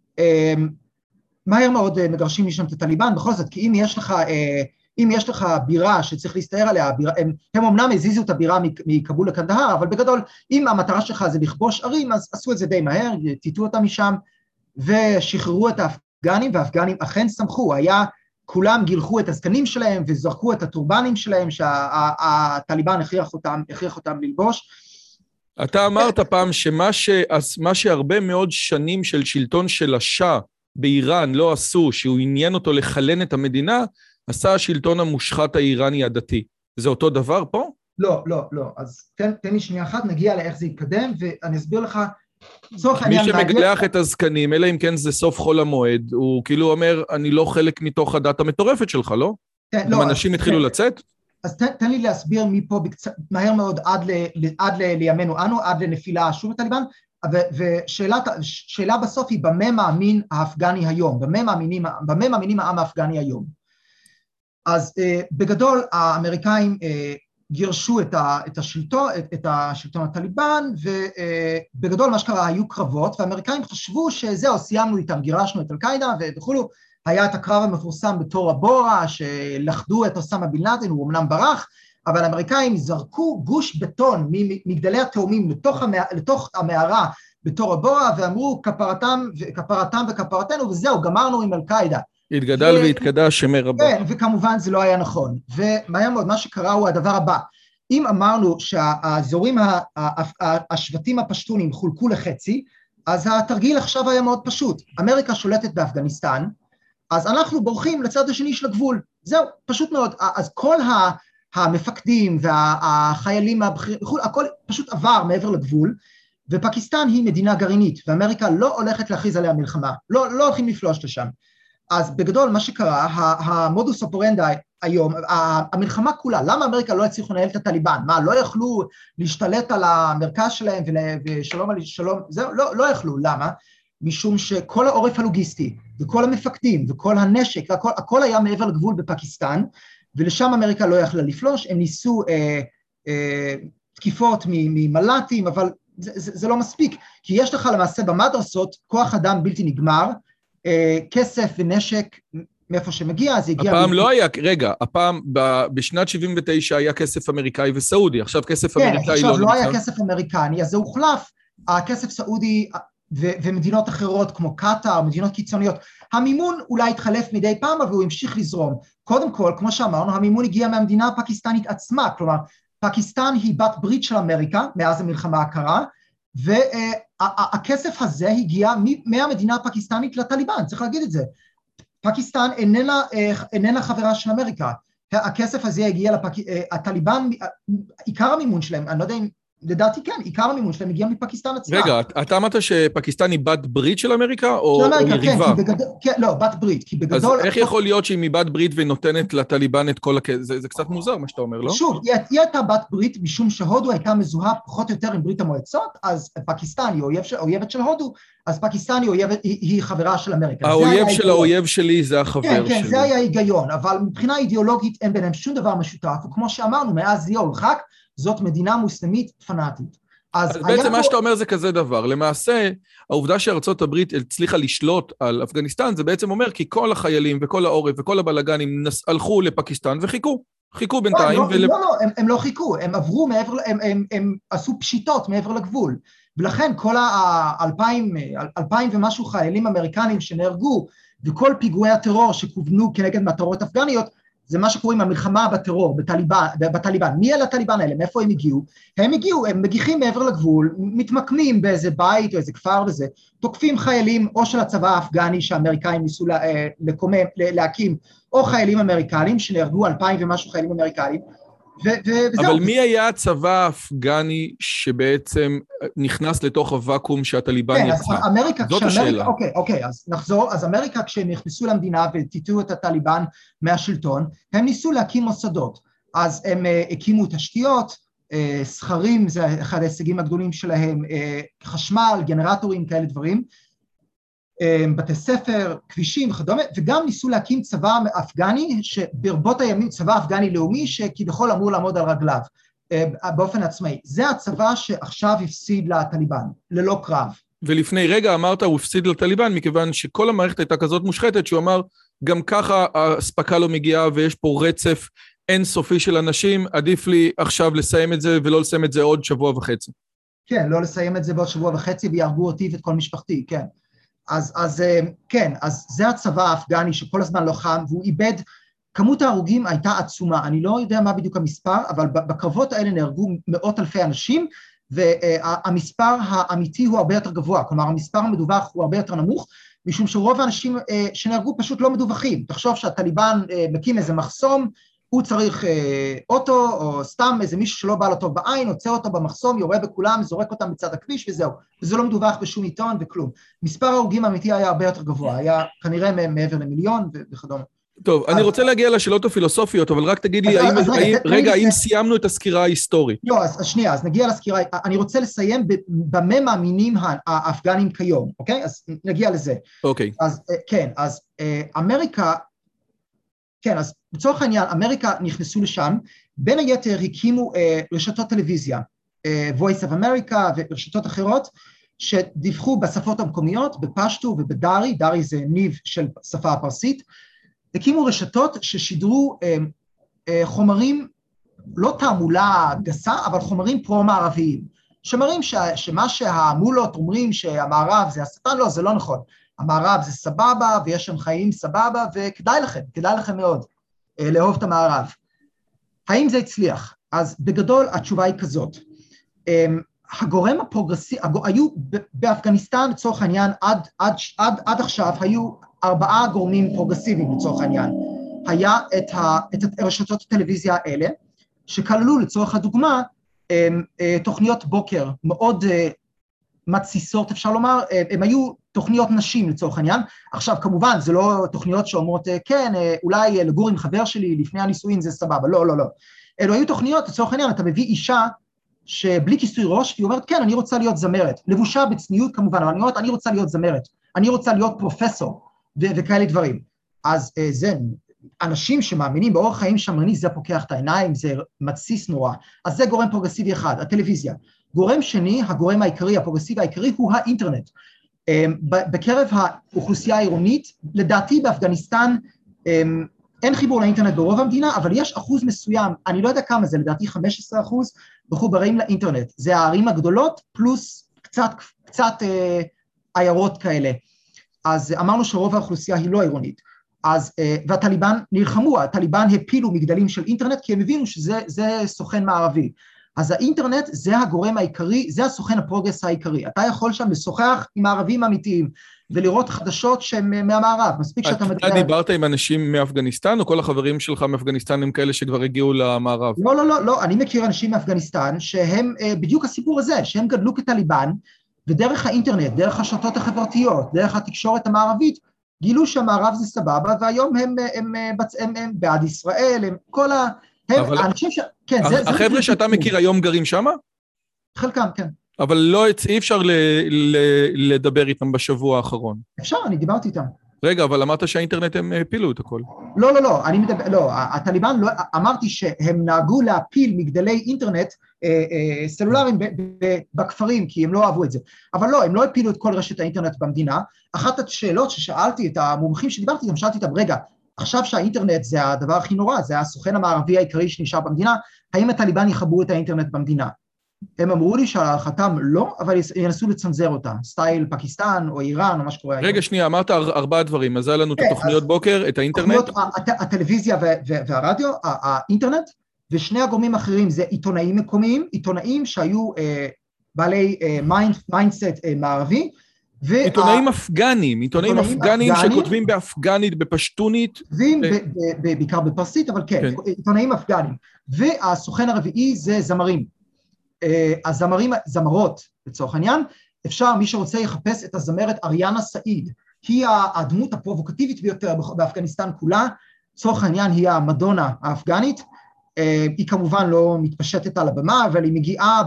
מהר מאוד מגרשים משם את הטליבן, בכל זאת, כי אם יש לך בירה שצריך להסתער עליה, הם אמנם הזיזו את הבירה מקבול לקנדהר, אבל בגדול, אם המטרה שלך זה לכבוש ערים, אז עשו את זה די מהר, טיטו אותם משם, ושחררו את האפגנים, והאפגנים אכן שמחו, כולם גילחו את הזקנים שלהם, וזרקו את הטורבנים שלהם, שהטליבן הכריח אותם ללבוש. אתה אמרת פעם שמה שהרבה מאוד שנים של שלטון של השאה, באיראן לא עשו, שהוא עניין אותו לחלן את המדינה, עשה השלטון המושחת האיראני הדתי. זה אותו דבר פה? לא. אז תן לי שנייה אחת, נגיע לאיך זה יתקדם, ואני אסביר לך, מי שמגלח את הזקנים, אלא אם כן זה סוף חול המועד, הוא כאילו אומר, אני לא חלק מתוך הדת המטורפת שלך, לא? אם אנשים התחילו לצאת? אז תן לי להסביר מפה מהר מאוד עד לימינו אנו, עד לנפילה שוב הטליבן, ושאלה בסוף היא במה מאמין האפגני היום, במה מאמינים העם האפגני היום. אז בגדול האמריקאים גירשו את השלטון הטליבן, ובגדול מה שקרה היו קרבות, והאמריקאים חשבו שזהו, סיימנו איתם, גירשנו את אל-קאעידה וכולו, היה את הקרב המפורסם בתורה בורה, שלכדו את אוסמה בן לאדן, הוא אמנם ברח, אבל האמריקאים זרקו גוש בטון ממגדלי התאומים לתוך המערה בתורה בורה, ואמרו כפרתם וכפרתנו, וזהו, גמרנו עם אל-קאעידה. התגדל והתקדש שמי רבה. כן, וכמובן זה לא היה נכון. ומהר מאוד, מה שקרה הוא הדבר הבא. אם אמרנו שהאזורים, השבטים הפשטונים חולקו לחצי, אז התרגיל עכשיו היה מאוד פשוט. אמריקה שולטת באפגניסטן, אז אנחנו בורחים לצד השני של הגבול. זהו, פשוט מאוד. אז כל המפקדים והחיילים הבכירים, הכל פשוט עבר מעבר לגבול, ופקיסטן היא מדינה גרעינית, ואמריקה לא הולכת להכריז עליה מלחמה, לא הולכים לפלוש לשם. אז בגדול מה שקרה, המודוס אופרנדי היום, המלחמה כולה, למה אמריקה לא הצליחו לנהל את הטליבן? מה, לא יכלו להשתלט על המרכז שלהם ושלום על שלום? זהו, לא יכלו, למה? משום שכל העורף הלוגיסטי, וכל המפקדים, וכל הנשק, הכל היה מעבר לגבול בפקיסטן, ולשם אמריקה לא יכלה לפלוש, הם ניסו תקיפות ממל"טים, אבל זה לא מספיק, כי יש לך למעשה במדרסות כוח אדם בלתי נגמר, כסף ונשק מאיפה שמגיע, אז הגיע... הפעם לא היה, רגע, הפעם בשנת 79 היה כסף אמריקאי וסעודי, עכשיו כסף אמריקאי לא נמצא. כן, עכשיו לא היה כסף אמריקני, אז זה הוחלף, הכסף סעודי ומדינות אחרות כמו קטאר, מדינות קיצוניות, המימון אולי התחלף מדי פעם, אבל הוא המשיך לזרום. קודם כל, כמו שאמרנו, המימון הגיע מהמדינה הפקיסטנית עצמה, כלומר, פקיסטן היא בת ברית של אמריקה, מאז המלחמה הקרה, והכסף הזה הגיע מהמדינה הפקיסטנית לטליבן, צריך להגיד את זה. פקיסטן איננה חברה של אמריקה, הכסף הזה הגיע הטליבן, עיקר המימון שלהם, אני לא יודע אם, לדעתי כן, עיקר המימון שלהם הגיע מפקיסטן עצמה. רגע, אתה אמרת שפקיסטן היא בת ברית של אמריקה או יריבה? כן, לא, בת ברית, כי בגדול... אז איך יכול להיות שהיא מבת ברית ונותנת לטליבן את כל הכסף? זה קצת מוזר מה שאתה אומר, לא? שוב, היא הייתה בת ברית משום שהודו הייתה מזוהה פחות או יותר עם ברית המועצות, אז פקיסטן היא אויבת של הודו, אז פקיסטן היא חברה של אמריקה. האויב של האויב שלי זה החבר שלי. כן, זה היה היגיון, אבל מבחינה אידיאולוגית אין ביניהם שום דבר משותף, וכמו שאמרנו, מאז זיהו הרחק, זאת מדינה מוסלמית פנאטית. אז בעצם מה שאתה אומר זה כזה דבר, למעשה העובדה שארצות הברית הצליחה לשלוט על אפגניסטן, זה בעצם אומר כי כל החיילים וכל העורף וכל הבלגנים הלכו לפקיסטן וחיכו בינתיים. לא, הם לא חיכו, הם עברו מעבר, הם עשו פשיטות מעבר לגבול, ולכן כל ה-2000 ומשהו חיילים אמריקנים שנהרגו, וכל פיגועי הטרור שכוונו כנגד מטרות אפגניות, זה מה שקוראים המלחמה בטרור, בטליבן. מי אלה הטליבן האלה? מאיפה הם הגיעו? הם מגיחים מעבר לגבול, מתמקמים באיזה בית או איזה כפר וזה, תוקפים חיילים או של הצבא האפגני שהאמריקאים ניסו להקים, או חיילים אמריקנים שנהרגו 2000 ומשהו חיילים אמריקאים, וזהו. אבל מי היה הצבא האפגני שבעצם נכנס לתוך הוואקום שהטליבן יצא? זאת השאלה. אוקיי, אז נחזור. אז אמריקה כשהם נכנסו למדינה וטיטו את הטליבן מהשלטון, הם ניסו להקים מוסדות. אז הם הקימו תשתיות, סחרים, זה אחד ההישגים הגדולים שלהם, חשמל, גנרטורים, כאלה דברים, בתי ספר, כבישים וכדומה, וגם ניסו להקים צבא אפגני, שברבות הימים צבא אפגני לאומי, שכביכול אמור לעמוד על רגליו, באופן עצמאי. זה הצבא שעכשיו הפסיד לטליבן, ללא קרב. ולפני רגע אמרת, הוא הפסיד לטליבן, מכיוון שכל המערכת הייתה כזאת מושחתת, שהוא אמר, גם ככה הספקה לא מגיעה, ויש פה רצף אינסופי של אנשים, עדיף לי עכשיו לסיים את זה, ולא לסיים את זה עוד שבוע וחצי. כן, לא לסיים את זה בעוד שבוע וחצי, ויהרגו אותי ואת כל משפחתי, כן. אז כן, אז זה הצבא האפגני שכל הזמן לא חם, והוא איבד, כמות ההרוגים הייתה עצומה, אני לא יודע מה בדיוק המספר, אבל בקרבות האלה נהרגו מאות אלפי אנשים, והמספר האמיתי הוא הרבה יותר גבוה, כלומר המספר המדווח הוא הרבה יותר נמוך, משום שרוב האנשים שנהרגו פשוט לא מדווחים, תחשוב שהטליבן מקים איזה מחסום, הוא צריך אוטו, או סתם איזה מישהו שלא בא לו טוב בעין, עוצר אותו במחסום, יורה בכולם, זורק אותם בצד הכביש וזהו. וזה לא מדווח בשום עיתון וכלום. מספר ההרוגים האמיתי היה הרבה יותר גבוה, היה כנראה מעבר למיליון וכדומה. טוב, אני רוצה להגיע לשאלות הפילוסופיות, אבל רק תגיד לי, האם סיימנו את הסקירה ההיסטורית? לא, אז שנייה, אז נגיע לסקירה, אני רוצה לסיים במה מאמינים האפגנים כיום, אוקיי? אז נגיע לזה. אוקיי. אז כן, אז אמריקה, כן, אז בצורך העניין, אמריקה נכנסו לשם, בין היתר הקימו רשתות טלוויזיה, Voice of America ורשתות אחרות, שדיווחו בשפות המקומיות, בפשטו ובדארי, דארי זה ניב של שפה הפרסית, הקימו רשתות ששידרו חומרים, לא תעמולה גסה, אבל חומרים פרו-מערביים, שמראים שמה שהמולות אומרים שהמערב זה השטן, לא, זה לא נכון. המערב זה סבבה, ויש שם חיים סבבה, וכדאי לכם מאוד לאהוב את המערב. האם זה הצליח? אז בגדול התשובה היא כזאת. הגורם הפרוגרסיבי, היו באפגניסטן לצורך העניין, עד עכשיו היו 4 גורמים פרוגרסיביים לצורך העניין. היה את רשתות הטלוויזיה האלה, שכללו לצורך הדוגמה, תוכניות בוקר מאוד מתסיסות, אפשר לומר, הם היו תוכניות נשים לצורך העניין. עכשיו כמובן זה לא תוכניות שאומרות, כן, אולי לגור עם חבר שלי לפני הנישואין זה סבבה, לא. אלו היו תוכניות, לצורך העניין, אתה מביא אישה, שבלי כיסוי ראש, היא אומרת, כן, אני רוצה להיות זמרת, לבושה בצניעות כמובן, אבל אני רוצה להיות זמרת, אני רוצה להיות פרופסור, וכאלה דברים. אז זה, אנשים שמאמינים באורח חיים שמרני, זה פוקח את העיניים, זה מתסיס נורא. אז זה גורם פרוגרסיבי אחד, הטלוויזיה. גורם שני, הגורם העיקרי, הפרוגרסיבי העיקרי, הוא האינטרנט. בקרב האוכלוסייה העירונית, לדעתי באפגניסטן, אין חיבור לאינטרנט ברוב המדינה, אבל יש אחוז מסוים, אני לא יודע כמה זה, לדעתי 15% מחוברים לאינטרנט. זה הערים הגדולות, פלוס קצת עיירות כאלה. אז אמרנו שרוב האוכלוסייה היא לא עירונית. אז, והטליבן נלחמו, הטליבן הפילו מגדלים של אינטרנט, כי הם הבינו שזה סוכן מערבי. אז האינטרנט זה הגורם העיקרי, זה הסוכן הפרוגרס העיקרי. אתה יכול שם לשוחח עם הערבים האמיתיים, ולראות חדשות שהן מהמערב. מספיק שאתה מדבר... אתה דיברת עם אנשים מאפגניסטן, או כל החברים שלך מאפגניסטן הם כאלה שכבר הגיעו למערב? לא, אני מכיר אנשים מאפגניסטן, שהם בדיוק הסיפור הזה, שהם גדלו כטליבן, ודרך האינטרנט, דרך השרתות החברתיות, דרך התקשורת המערבית, גילו שהמערב זה סבבה, והיום הם בעד ישראל, הם כל ה... החבר'ה שאתה מכיר היום גרים שמה? חלקם, כן. אבל אי אפשר לדבר איתם בשבוע האחרון. אפשר, אני דיברתי איתם. רגע, אבל אמרת שהאינטרנט הם הפילו את הכל. לא, אני מדבר, לא, הטליבן, אמרתי שהם נהגו להפיל מגדלי אינטרנט סלולריים בכפרים, כי הם לא אהבו את זה. אבל לא, הם לא הפילו את כל רשת האינטרנט במדינה. אחת השאלות ששאלתי את המומחים שדיברתי, גם שאלתי אותם, רגע, עכשיו שהאינטרנט זה הדבר הכי נורא, זה הסוכן המערבי העיקרי שנשאר במדינה, האם הטליבן יחברו את האינטרנט במדינה? הם אמרו לי שהערכתם לא, אבל ינסו לצנזר אותה, סטייל פקיסטן או איראן או מה שקורה היום. רגע, שנייה, אמרת 4 דברים, אז היה לנו את התוכניות בוקר, את האינטרנט? הטלוויזיה והרדיו, האינטרנט, ושני הגורמים האחרים זה עיתונאים מקומיים, עיתונאים שהיו בעלי מיינדסט מערבי, עיתונאים אפגנים שכותבים באפגנית, בפשטונית. בעיקר בפרסית, אבל כן, עיתונאים אפגנים. והסוכן הרביעי זה זמרים. זמרות, לצורך העניין, אפשר, מי שרוצה יחפש את הזמרת אריאנה סעיד, היא הדמות הפרובוקטיבית ביותר באפגניסטן כולה, לצורך העניין היא המדונה האפגנית, היא כמובן לא מתפשטת על הבמה, אבל היא מגיעה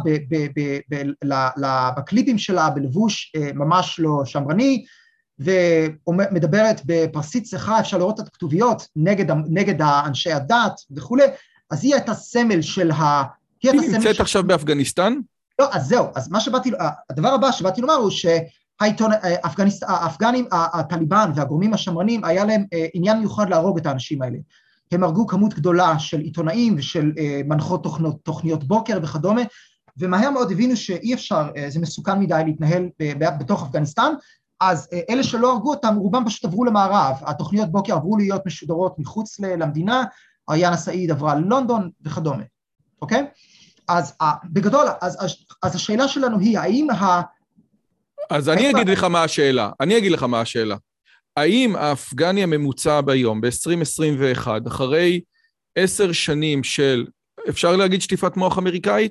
בקליפים שלה בלבוש ממש לא שמרני, ומדברת בפרסית צחה, אפשר לראות את הכתוביות נגד אנשי הדת וכו', אז היא הייתה סמל של היא נמצאת עכשיו באפגניסטן? לא, אז זהו, אז הדבר הבא שבאתי לומר הוא שהאפגנים, הטליבן והגורמים השמרנים, היה להם עניין מיוחד להרוג את האנשים האלה. הם הרגו כמות גדולה של עיתונאים ושל מנחות תוכניות בוקר וכדומה, ומהר מאוד הבינו שאי אפשר, זה מסוכן מדי להתנהל בתוך אפגניסטן, אז אלה שלא הרגו אותם, רובם פשוט עברו למערב, התוכניות בוקר עברו להיות משודרות מחוץ למדינה, אריאנה סעיד עברה ללונדון וכדומה, אוקיי? אז בגדול, אז השאלה שלנו היא, האם אז אני אגיד לך מה השאלה. האם האפגני הממוצע ביום, ב-2021, אחרי 10 שנים של, אפשר להגיד שטיפת מוח אמריקאית?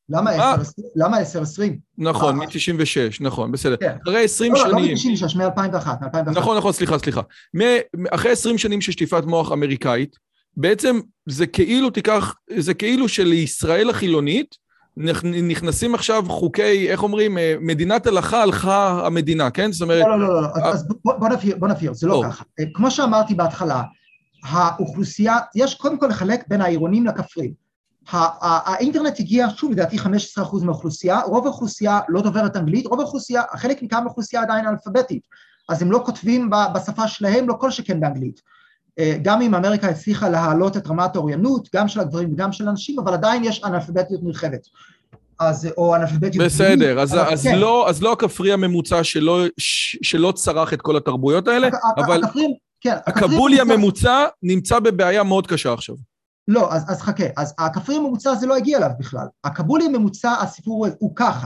למה 10-20? למה 10-20? נכון, מ-96, נכון, בסדר. כן. אחרי 20 שנים... לא מ-96, מ-2001. נכון, סליחה. אחרי 20 שנים של שטיפת מוח אמריקאית, בעצם זה כאילו שלישראל החילונית, נכנסים עכשיו חוקי, איך אומרים, מדינת הלכה המדינה, כן? זאת אומרת... לא, אז בוא נבהיר, זה לא ככה. כמו שאמרתי בהתחלה, האוכלוסייה, יש קודם כל לחלק בין העירונים לכפרים. האינטרנט הגיע, שוב, לדעתי 15% מהאוכלוסייה, רוב האוכלוסייה לא דוברת אנגלית, רוב האוכלוסייה, חלק מכמה האוכלוסייה עדיין אלפביתית, אז הם לא כותבים בשפה שלהם, לא כל שכן באנגלית. גם אם אמריקה הצליחה להעלות את רמת האוריינות, גם של הגברים וגם של הנשים, אבל עדיין יש אנאלפביתיות נרחבת. או אנאלפביתיות... בסדר, אז לא הכפרי הממוצע שלא צרח את כל התרבויות האלה, אבל הקבולי הממוצע נמצא בבעיה מאוד קשה עכשיו. לא, אז חכה, אז הכפרי הממוצע זה לא הגיע אליו בכלל. הקבולי הממוצע, הסיפור הוא ככה.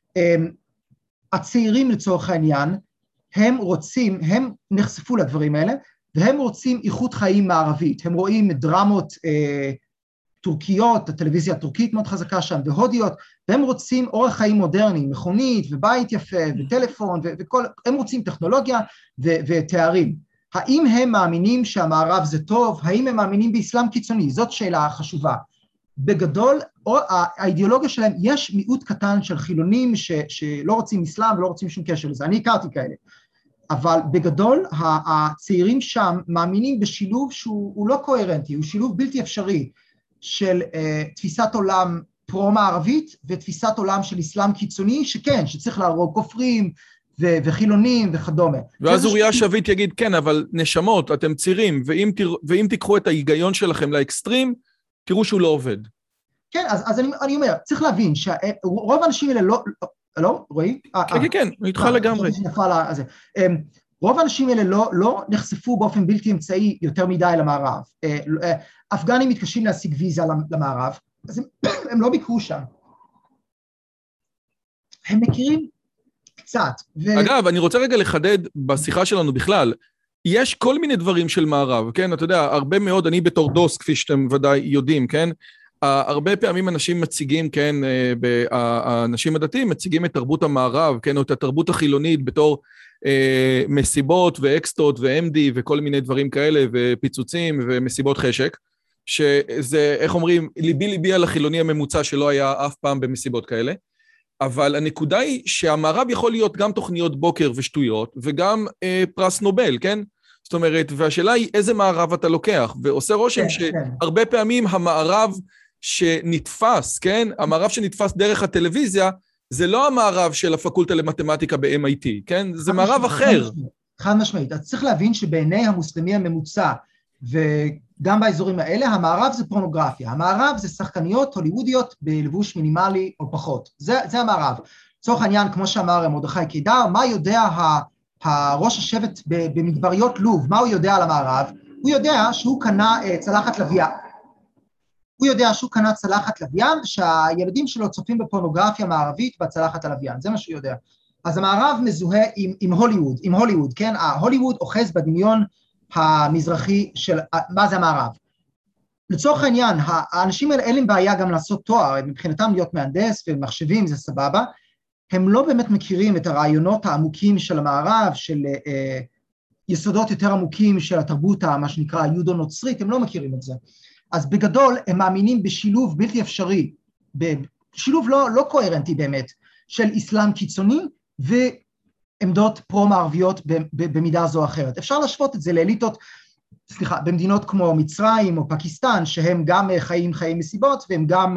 הצעירים לצורך העניין, הם נחשפו לדברים האלה, והם רוצים איכות חיים מערבית, הם רואים דרמות טורקיות, הטלוויזיה הטורקית מאוד חזקה שם, והודיות, והם רוצים אורח חיים מודרני, מכונית ובית יפה וטלפון, הם רוצים טכנולוגיה ותארים. האם הם מאמינים שהמערב זה טוב? האם הם מאמינים באסלאם קיצוני? זאת שאלה חשובה. בגדול, האידיאולוגיה שלהם, יש מיעוט קטן של חילונים שלא רוצים אסלאם ולא רוצים שום קשר לזה, אני הכרתי כאלה. אבל בגדול, הצעירים שם מאמינים בשילוב שהוא לא קוהרנטי, הוא שילוב בלתי אפשרי של תפיסת עולם פרו-מערבית ותפיסת עולם של אסלאם קיצוני, שכן, שצריך להרוג כופרים וחילונים וכדומה. ואז אוריה שביט יגיד, כן, אבל נשמות, אתם צעירים, ואם תיקחו את ההיגיון שלכם לאקסטרים, תראו שהוא לא עובד. כן, אז אני אומר, צריך להבין שרוב האנשים האלה לא, רואי? כן, איתך לגמרי. רוב האנשים האלה לא נחשפו באופן בלתי אמצעי יותר מדי למערב. אפגנים מתקשים להשיג ויזה למערב, אז הם לא ביקרו שם. הם מכירים קצת. אגב, אני רוצה רגע לחדד בשיחה שלנו בכלל, יש כל מיני דברים של מערב, כן? אתה יודע, הרבה מאוד, אני בתור דוס, כפי שאתם ודאי יודעים, כן? הרבה פעמים אנשים מציגים, כן, האנשים הדתיים מציגים את תרבות המערב, כן, או את התרבות החילונית בתור מסיבות ואקסטות ו-MD וכל מיני דברים כאלה, ופיצוצים ומסיבות חשק, שזה, איך אומרים, ליבי על החילוני הממוצע שלא היה אף פעם במסיבות כאלה, אבל הנקודה היא שהמערב יכול להיות גם תוכניות בוקר ושטויות, וגם פרס נובל, כן? זאת אומרת, והשאלה היא איזה מערב אתה לוקח, ועושה רושם שהרבה פעמים המערב שנתפס, כן? המערב שנתפס דרך הטלוויזיה, זה לא המערב של הפקולטה למתמטיקה ב-MIT, כן? זה מערב אחר. חד משמעית. אז צריך להבין שבעיני המוסלמי הממוצע, וגם באזורים האלה, המערב זה פורנוגרפיה. המערב זה שחקניות הוליוודיות בלבוש מינימלי או פחות. זה המערב. לצורך העניין, כמו שאמר מרדכי קידר, מה יודע הראש השבט במדבריות לוב, מה הוא יודע על המערב? הוא יודע שהוא קנה צלחת לוויין. הוא יודע שהוא קנה צלחת לוויין, שהילדים שלו צופים בפורנוגרפיה מערבית בצלחת הלוויין, זה מה שהוא יודע. אז המערב מזוהה עם הוליווד, כן? ההוליווד אוחז בדמיון המזרחי של מה זה המערב. לצורך העניין, האנשים האלה אין להם בעיה גם לעשות תואר, מבחינתם להיות מהנדס ומחשבים זה סבבה, הם לא באמת מכירים את הרעיונות העמוקים של המערב, של יסודות יותר עמוקים של התרבות, מה שנקרא היהודו-נוצרית, הם לא מכירים את זה. אז בגדול הם מאמינים בשילוב בלתי אפשרי, בשילוב לא קוהרנטי באמת, של אסלאם קיצוני ועמדות פרו-מערביות במידה זו או אחרת. אפשר להשוות את זה לאליטות, במדינות כמו מצרים או פקיסטן, שהם גם חיים מסיבות, והם גם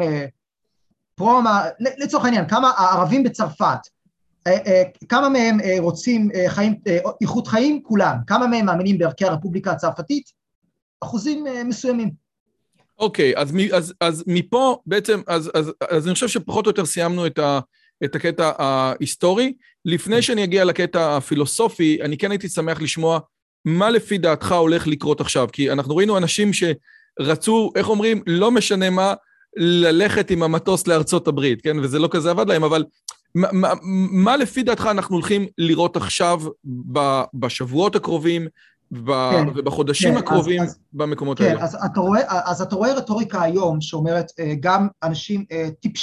לצורך העניין, כמה הערבים בצרפת, כמה מהם רוצים איכות חיים? כולם. כמה מהם מאמינים בערכי הרפובליקה הצרפתית? אחוזים מסוימים. אוקיי, אז מפה בעצם, אז אני חושב שפחות או יותר סיימנו את הקטע ההיסטורי. לפני שאני אגיע לקטע הפילוסופי, אני כן הייתי שמח לשמוע מה לפי דעתך הולך לקרות עכשיו, כי אנחנו ראינו אנשים שרצו, איך אומרים, לא משנה מה, ללכת עם המטוס לארצות הברית, כן? וזה לא כזה עבד להם, אבל מה לפי דעתך אנחנו הולכים לראות עכשיו בשבועות הקרובים, ובחודשים הקרובים במקומות האלה? אז אתה רואה רטוריקה היום שאומרת גם אנשים טיפשים,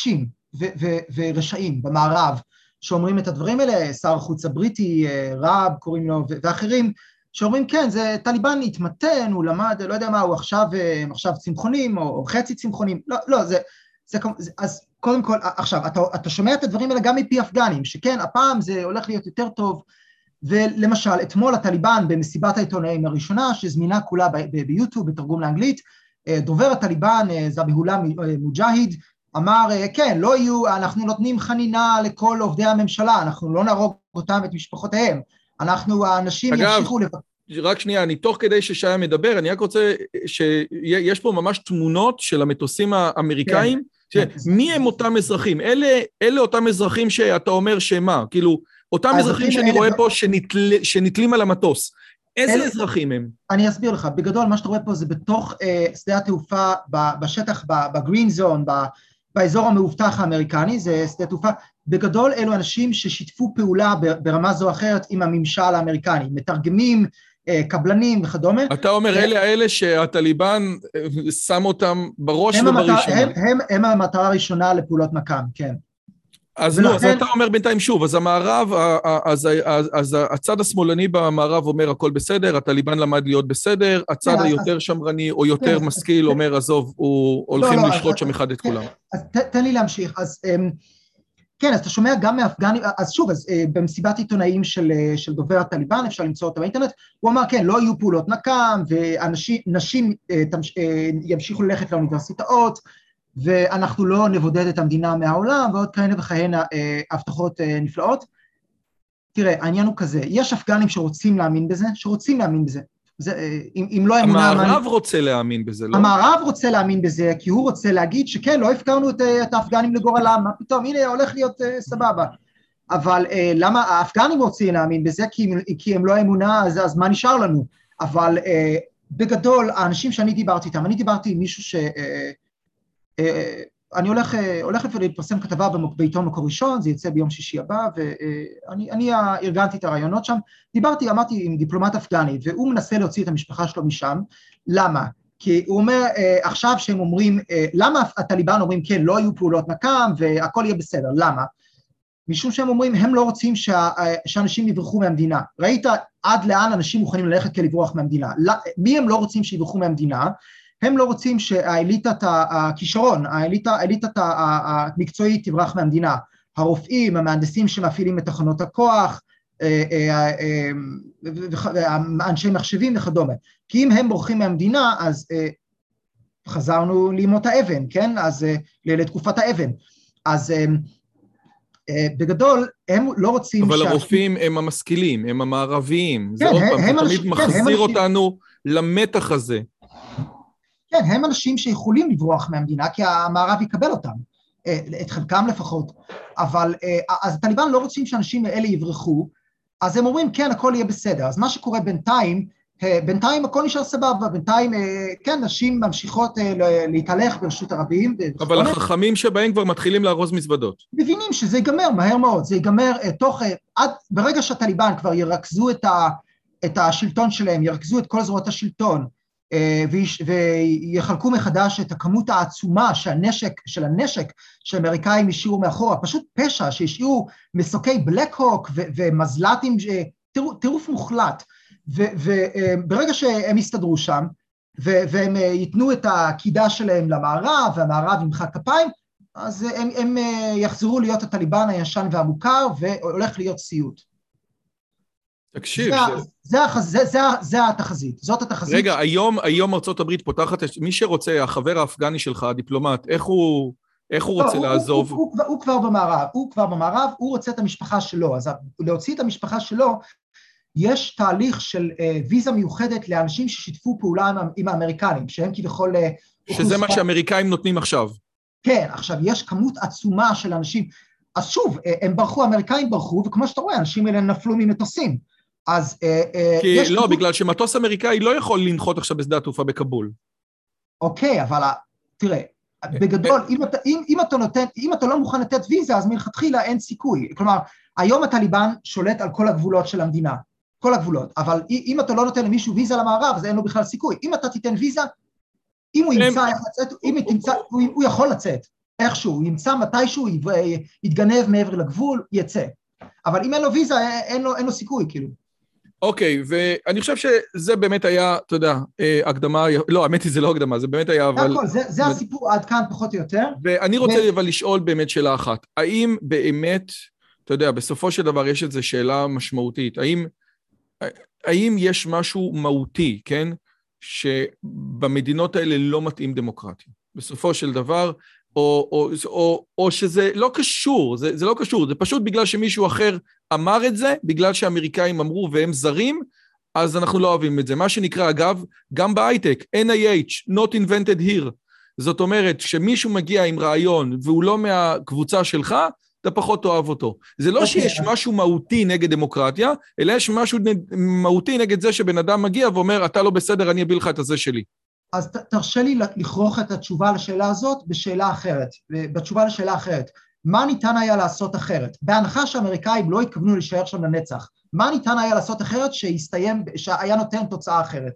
ורשעים במערב, שאומרים את הדברים האלה, שר החוץ הבריטי, רב, קוראים לו, ואחרים, שאומרים, כן, זה טליבן התמתן, הוא למד, לא יודע מה, הוא עכשיו צמחונים, או חצי צמחונים, לא, אז קודם כל, עכשיו, אתה שומע את הדברים האלה גם מפי אפגנים, שכן, הפעם זה הולך להיות יותר טוב, ולמשל, אתמול הטליבן במסיבת העיתונאים הראשונה, שזמינה כולה ביוטיוב, בתרגום לאנגלית, דובר הטליבן, זביהולה מוג'אהיד, אמר, כן, לא יהיו, אנחנו נותנים חנינה לכל עובדי הממשלה, אנחנו לא נהרוג אותם, את משפחותיהם, האנשים ימשיכו רק שנייה, אני תוך כדי ששי מדבר, אני רק רוצה שיש פה ממש תמונות של המטוסים האמריקאים, מי הם אותם אזרחים? אלה אותם אזרחים שאתה אומר שמה? כאילו, אותם אזרחים שאני רואה פה שנתלים על המטוס. איזה אזרחים הם? אני אסביר לך, בגדול מה שאתה רואה פה זה בתוך שדה התעופה, בשטח, בגרין זון, באזור המאובטח האמריקני, זה שדה תעופה, בגדול אלו אנשים ששיתפו פעולה ברמה זו או אחרת עם הממשל האמריקני, מתרגמים, קבלנים וכדומה. אתה אומר, אלה שהטליבן שם אותם בראש ובראשונה. הם המטרה הראשונה לפעולות מקם, כן. אז לא, אז אתה אומר בינתיים שוב, אז המערב, אז הצד השמאלני במערב אומר הכל בסדר, הטליבן למד להיות בסדר, הצד היותר שמרני או יותר משכיל אומר, עזוב, הולכים לשחוט שם אחד את כולם. אז תן לי להמשיך, אז כן, אז אתה שומע גם מאפגנים, אז שוב, אז במסיבת עיתונאים של דובר הטליבן, אפשר למצוא אותה באינטרנט, הוא אמר, כן, לא יהיו פעולות נקם, ונשים ימשיכו ללכת לאוניברסיטאות, ואנחנו לא נבודד את המדינה מהעולם, ועוד כהנה וכהנה הבטחות נפלאות. תראה, העניין הוא כזה, יש אפגנים שרוצים להאמין בזה, אם לא אמונה... המערב רוצה להאמין בזה, לא? המערב רוצה להאמין בזה, כי הוא רוצה להגיד שכן, לא הפקרנו את האפגנים לגורלם, מה פתאום, הנה, הולך להיות סבבה. אבל למה האפגנים רוצים להאמין בזה? כי הם לא אמונה, אז מה נשאר לנו? אבל בגדול, האנשים שאני דיברתי איתם, אני דיברתי עם מישהו אני הולכת להתפרסם כתבה בעיתון מקור ראשון, זה יצא ביום שישי הבא, ואני ארגנתי את הרעיונות שם, אמרתי עם דיפלומט אפגני, והוא מנסה להוציא את המשפחה שלו משם, למה? כי הוא אומר, עכשיו שהם אומרים, למה הטליבן אומרים, כן, לא יהיו פעולות נקם, והכל יהיה בסדר, למה? משום שהם אומרים, הם לא רוצים שאנשים יברחו מהמדינה, ראית עד לאן אנשים מוכנים ללכת כלברוח מהמדינה, מי הם לא רוצים שיברחו מהמדינה? הם לא רוצים שהאליטת הכישרון, האליטת המקצועית תברח מהמדינה, הרופאים, המהנדסים שמפעילים את תחנות הכוח, אנשי מחשבים וכדומה, כי אם הם בורחים מהמדינה, אז חזרנו לימות האבן, כן? אז לתקופת האבן, אז בגדול הם לא רוצים... אבל הרופאים הם המשכילים, הם המערביים, זה עוד פעם, זה תמיד מחזיר אותנו למתח הזה. כן, הם אנשים שיכולים לברוח מהמדינה, כי המערב יקבל אותם, את חלקם לפחות, אבל אז הטליבן לא רוצים שאנשים האלה יברחו, אז הם אומרים, כן, הכל יהיה בסדר, אז מה שקורה בינתיים הכל נשאר סבבה, בינתיים, כן, נשים ממשיכות להתהלך ברשות הרבים, אבל החכמים שבהם כבר מתחילים לארוז מזוודות. מבינים שזה ייגמר מהר מאוד, זה ייגמר ברגע שהטליבן כבר ירכזו את השלטון שלהם, ירכזו את כל זרועות השלטון, ויחלקו מחדש את הכמות העצומה של הנשק שהאמריקאים השאירו מאחורה, פשוט פשע שהשאירו מסוקי בלק הוק ומזל"טים, טירוף מוחלט, וברגע שהם יסתדרו שם, והם ייתנו את הקידה שלהם למערב, והמערב ימחא כפיים, אז הם יחזרו להיות הטליבן הישן והמוכר, והולך להיות סיוט. תקשיב, זה התחזית, זאת התחזית. רגע, היום ארצות הברית פותחת, מי שרוצה, החבר האפגני שלך, הדיפלומט, איך הוא רוצה לעזוב? הוא כבר במערב, הוא רוצה את המשפחה שלו, אז להוציא את המשפחה שלו, יש תהליך של ויזה מיוחדת לאנשים ששיתפו פעולה עם האמריקנים, שהם כביכול... שזה מה שהאמריקאים נותנים עכשיו. כן, עכשיו יש כמות עצומה של אנשים, אז שוב, הם ברחו, האמריקאים ברחו, וכמו שאתה רואה, אנשים האלה נפלו ממטוסים. אז כי לא, בגלל שמטוס אמריקאי לא יכול לנחות עכשיו בשדה התעופה בקבול. אוקיי, אבל תראה, בגדול, אם אתה לא מוכן לתת ויזה, אז מלכתחילה אין סיכוי. כלומר, היום הטליבן שולט על כל הגבולות של המדינה, כל הגבולות, אבל אם אתה לא נותן למישהו ויזה למערב, אז אין לו בכלל סיכוי. אם אתה תיתן ויזה, אם הוא ימצא איך לצאת, הוא יכול לצאת. איכשהו, ימצא מתישהו, יתגנב מעבר לגבול, יצא. אבל אם אין לו ויזה, אין לו סיכוי, כאילו. אוקיי, ואני חושב שזה באמת היה, אתה יודע, הקדמה, לא, האמת היא זה לא הקדמה, זה באמת היה, אבל... זה הסיפור עד כאן פחות או יותר. ואני רוצה אבל לשאול באמת שאלה אחת, האם באמת, אתה יודע, בסופו של דבר יש איזו שאלה משמעותית, האם יש משהו מהותי, כן, שבמדינות האלה לא מתאים דמוקרטיה? בסופו של דבר, או שזה לא קשור, זה לא קשור, זה פשוט בגלל שמישהו אחר אמר את זה, בגלל שהאמריקאים אמרו והם זרים, אז אנחנו לא אוהבים את זה. מה שנקרא, אגב, גם בהייטק, NIH, not invented here. זאת אומרת, שמישהו מגיע עם רעיון, והוא לא מהקבוצה שלך, אתה פחות אוהב אותו. זה לא שיש משהו מהותי נגד דמוקרטיה, אלא יש משהו מהותי נגד זה שבן אדם מגיע ואומר, אתה לא בסדר, אני אביא לך את הזה שלי. אז תרשה לי לכרוך את התשובה לשאלה הזאת בשאלה אחרת, בתשובה לשאלה אחרת. מה ניתן היה לעשות אחרת? בהנחה שהאמריקאים לא התכוונו להישאר שם לנצח, מה ניתן היה לעשות אחרת שהיה נותן תוצאה אחרת?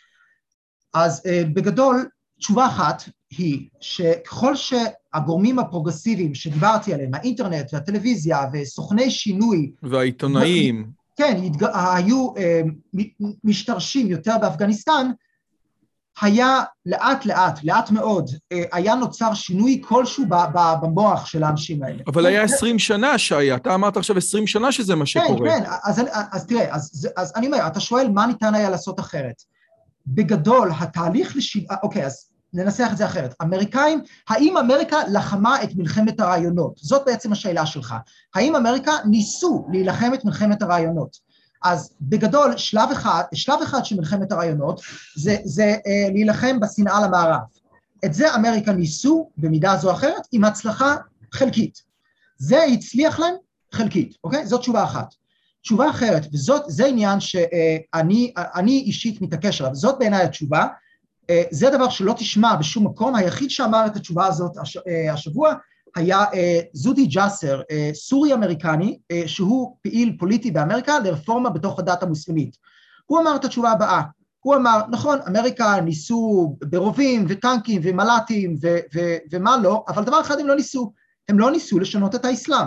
אז בגדול, תשובה אחת היא שככל שהגורמים הפרוגרסיביים שדיברתי עליהם, האינטרנט והטלוויזיה וסוכני שינוי, והעיתונאים, כן, היו משתרשים יותר באפגניסטן, היה לאט מאוד, היה נוצר שינוי כלשהו במוח של האנשים האלה. אבל היה 20 שנה שהיה, אתה אמרת עכשיו 20 שנה שזה מה שקורה. כן, אז תראה, אז אני אומר, אתה שואל מה ניתן היה לעשות אחרת. בגדול, התהליך אוקיי, אז ננסח את זה אחרת. אמריקאים, האם אמריקה לחמה את מלחמת הרעיונות? זאת בעצם השאלה שלך. האם אמריקה ניסו להילחם את מלחמת הרעיונות? אז בגדול, שלב אחד של מלחמת הרעיונות, זה להילחם בשנאה למערב. את זה אמריקה ניסו, במידה זו או אחרת, עם הצלחה חלקית. זה הצליח להם חלקית, אוקיי? זאת תשובה אחת. תשובה אחרת, וזה עניין שאני אישית מתעקש עליו, זאת בעיניי התשובה, זה דבר שלא תשמע בשום מקום, היחיד שאמר את התשובה הזאת השבוע, היה זודי ג'אסר, סורי אמריקני, שהוא פעיל פוליטי באמריקה לרפורמה בתוך הדת המוסלמית. הוא אמר את התשובה הבאה, הוא אמר, נכון, אמריקה ניסו ברובים וטנקים ומל"טים ומה לא, אבל דבר אחד הם לא ניסו לשנות את האסלאם.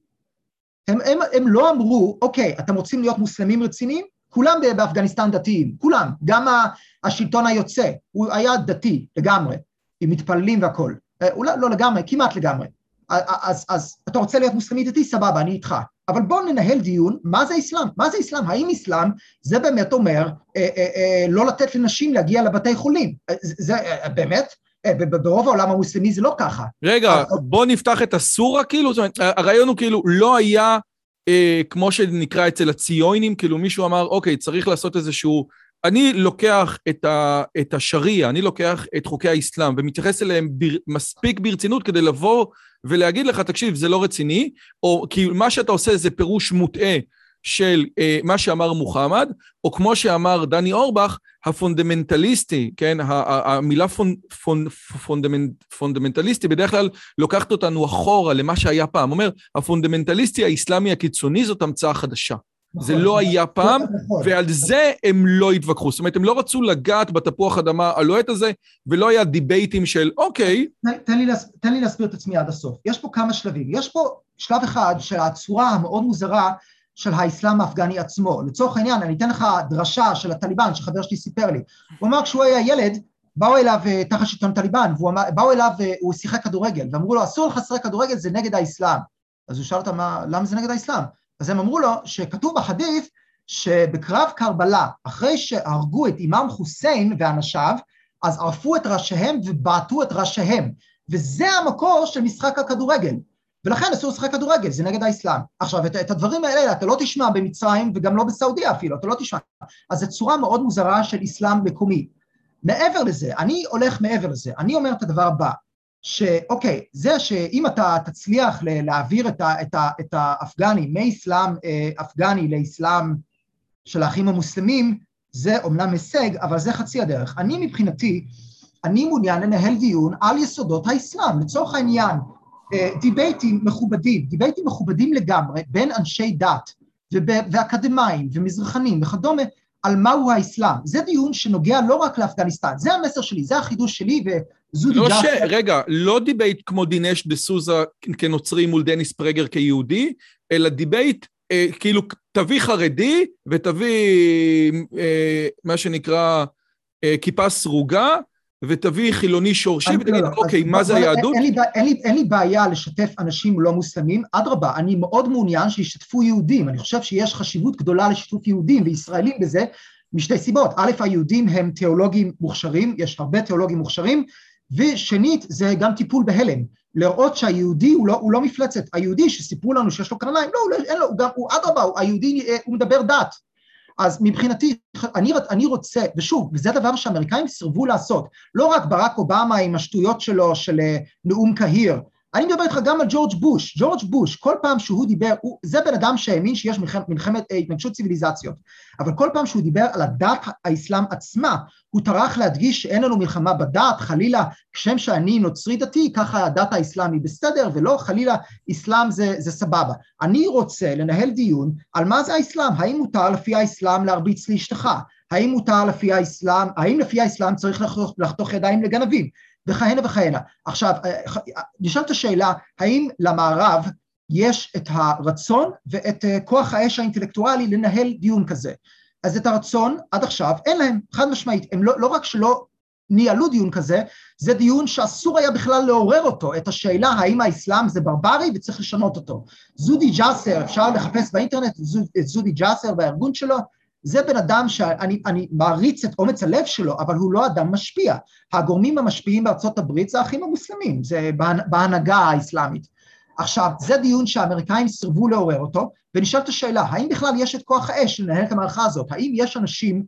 הם לא אמרו, אוקיי, אתם רוצים להיות מוסלמים רציניים? כולם באפגניסטן דתיים, כולם, גם השלטון היוצא, הוא היה דתי לגמרי, עם מתפללים והכל. אולי לא לגמרי, כמעט לגמרי. אז אתה רוצה להיות מוסלמי דתי? סבבה, אני איתך. אבל בואו ננהל דיון, מה זה אסלאם? מה זה אסלאם? האם אסלאם זה באמת אומר לא לתת לנשים להגיע לבתי חולים? זה באמת? ברוב העולם המוסלמי זה לא ככה. רגע, בואו נפתח את הסורה כאילו, זאת אומרת, הרעיון הוא כאילו לא היה כמו שנקרא אצל הציונים, כאילו מישהו אמר, אוקיי, צריך לעשות איזשהו, אני לוקח את השריעה, אני לוקח את חוקי האסלאם, ומתייחס אליהם מספיק ברצינות כדי לבוא ולהגיד לך, תקשיב, זה לא רציני, או כי מה שאתה עושה זה פירוש מוטעה של מה שאמר מוחמד, או כמו שאמר דני אורבך, הפונדמנטליסטי, כן, המילה פונדמנטליסטי בדרך כלל לוקחת אותנו אחורה למה שהיה פעם, אומר, הפונדמנטליסטי האסלאמי הקיצוני זאת המצאה חדשה. זה לא היה פעם, ועל זה הם לא התווכחו. זאת אומרת, הם לא רצו לגעת בתפוח אדמה הלוהט הזה, ולא היה דיבייטים של, אוקיי. תן לי להסביר את עצמי עד הסוף. יש פה כמה שלבים. יש פה שלב אחד של הצורה המאוד מוזרה של האסלאם האפגני עצמו. לצורך העניין, אני אתן לך דרשה של הטליבן, שחבר שלי סיפר לי. הוא אמר, כשהוא היה ילד, באו אליו תחת שלטון טליבן, באו אליו, הוא שיחק כדורגל, ואמרו לו, אסור לך לשחק כדורגל, זה נגד האסלאם. אז הוא שאל אותם, למה זה נגד האסלאם? אז הם אמרו לו שכתוב בחדית' שבקרב קרבלה, אחרי שהרגו את אימאם חוסיין ואנשיו, אז ערפו את ראשיהם ובעטו את ראשיהם, וזה המקור של משחק הכדורגל, ולכן אסור לשחק כדורגל, זה נגד האסלאם. עכשיו, את הדברים האלה אתה לא תשמע במצרים וגם לא בסעודיה אפילו, אתה לא תשמע. אז זו צורה מאוד מוזרה של אסלאם מקומי. מעבר לזה, אני הולך מעבר לזה, אני אומר את הדבר הבא, שאוקיי, זה שאם אתה תצליח להעביר את האפגני מאסלאם אפגני לאסלאם של האחים המוסלמים, זה אומנם הישג, אבל זה חצי הדרך. אני מבחינתי, אני מעוניין לנהל דיון על יסודות האסלאם, לצורך העניין, דיבייטים מכובדים לגמרי, בין אנשי דת ואקדמיים ומזרחנים וכדומה, על מהו האסלאם. זה דיון שנוגע לא רק לאפגניסטן, זה המסר שלי, זה החידוש שלי, רגע, לא דיבייט כמו דינש דה סוזה כנוצרי מול דניס פרגר כיהודי, אלא דיבייט כאילו תביא חרדי ותביא מה שנקרא כיפה סרוגה, ותביא חילוני שורשי, ותגיד, אוקיי, מה זה היהדות? אין לי בעיה לשתף אנשים לא מוסלמים, אדרבה, אני מאוד מעוניין שישתפו יהודים, אני חושב שיש חשיבות גדולה לשיתוף יהודים וישראלים בזה, משתי סיבות, א', היהודים הם תיאולוגים מוכשרים, יש הרבה תיאולוגים מוכשרים, ושנית, זה גם טיפול בהלם, לראות שהיהודי הוא לא מפלצת, היהודי שסיפרו לנו שיש לו קרניים, לא, אין לו, הוא אדרבה, היהודי הוא מדבר דת, אז מבחינתי, אני רוצה, ושוב, וזה דבר שהאמריקאים סירבו לעשות, לא רק ברק אובמה עם השטויות שלו של נאום קהיר, אני מדבר איתך גם על ג'ורג' בוש, כל פעם שהוא דיבר, זה בן אדם שהאמין שיש מלחמת התנגשות ציוויליזציות, אבל כל פעם שהוא דיבר על הדת האסלאם עצמה, הוא טרח להדגיש שאין לנו מלחמה בדת, חלילה, כשם שאני נוצרי דתי, ככה הדת האסלאמי בסדר, ולא חלילה, אסלאם זה סבבה. אני רוצה לנהל דיון על מה זה האסלאם, האם מותר לפי האסלאם להרביץ לאשתך, האם מותר לפי האסלאם, האם לפי האסלאם צריך לחתוך ידיים לגנבים, וכהנה וכהנה. עכשיו, נשאלת השאלה, האם למערב יש את הרצון ואת כוח האש האינטלקטואלי לנהל דיון כזה? אז את הרצון עד עכשיו אין להם, חד משמעית, הם לא רק שלא ניהלו דיון כזה, זה דיון שאסור היה בכלל לעורר אותו, את השאלה האם האסלאם זה ברברי וצריך לשנות אותו. זודי ג'אסר, אפשר לחפש באינטרנט את זודי ג'אסר והארגון שלו, זה בן אדם שאני מעריץ את אומץ הלב שלו, אבל הוא לא אדם משפיע. הגורמים המשפיעים בארצות הברית זה האחים המוסלמים, זה בהנהגה האסלאמית. עכשיו, זה דיון שהאמריקאים סירבו לעורר אותו, ונשאלת השאלה, האם בכלל יש את כוח האש לנהל את המערכה הזאת? האם יש אנשים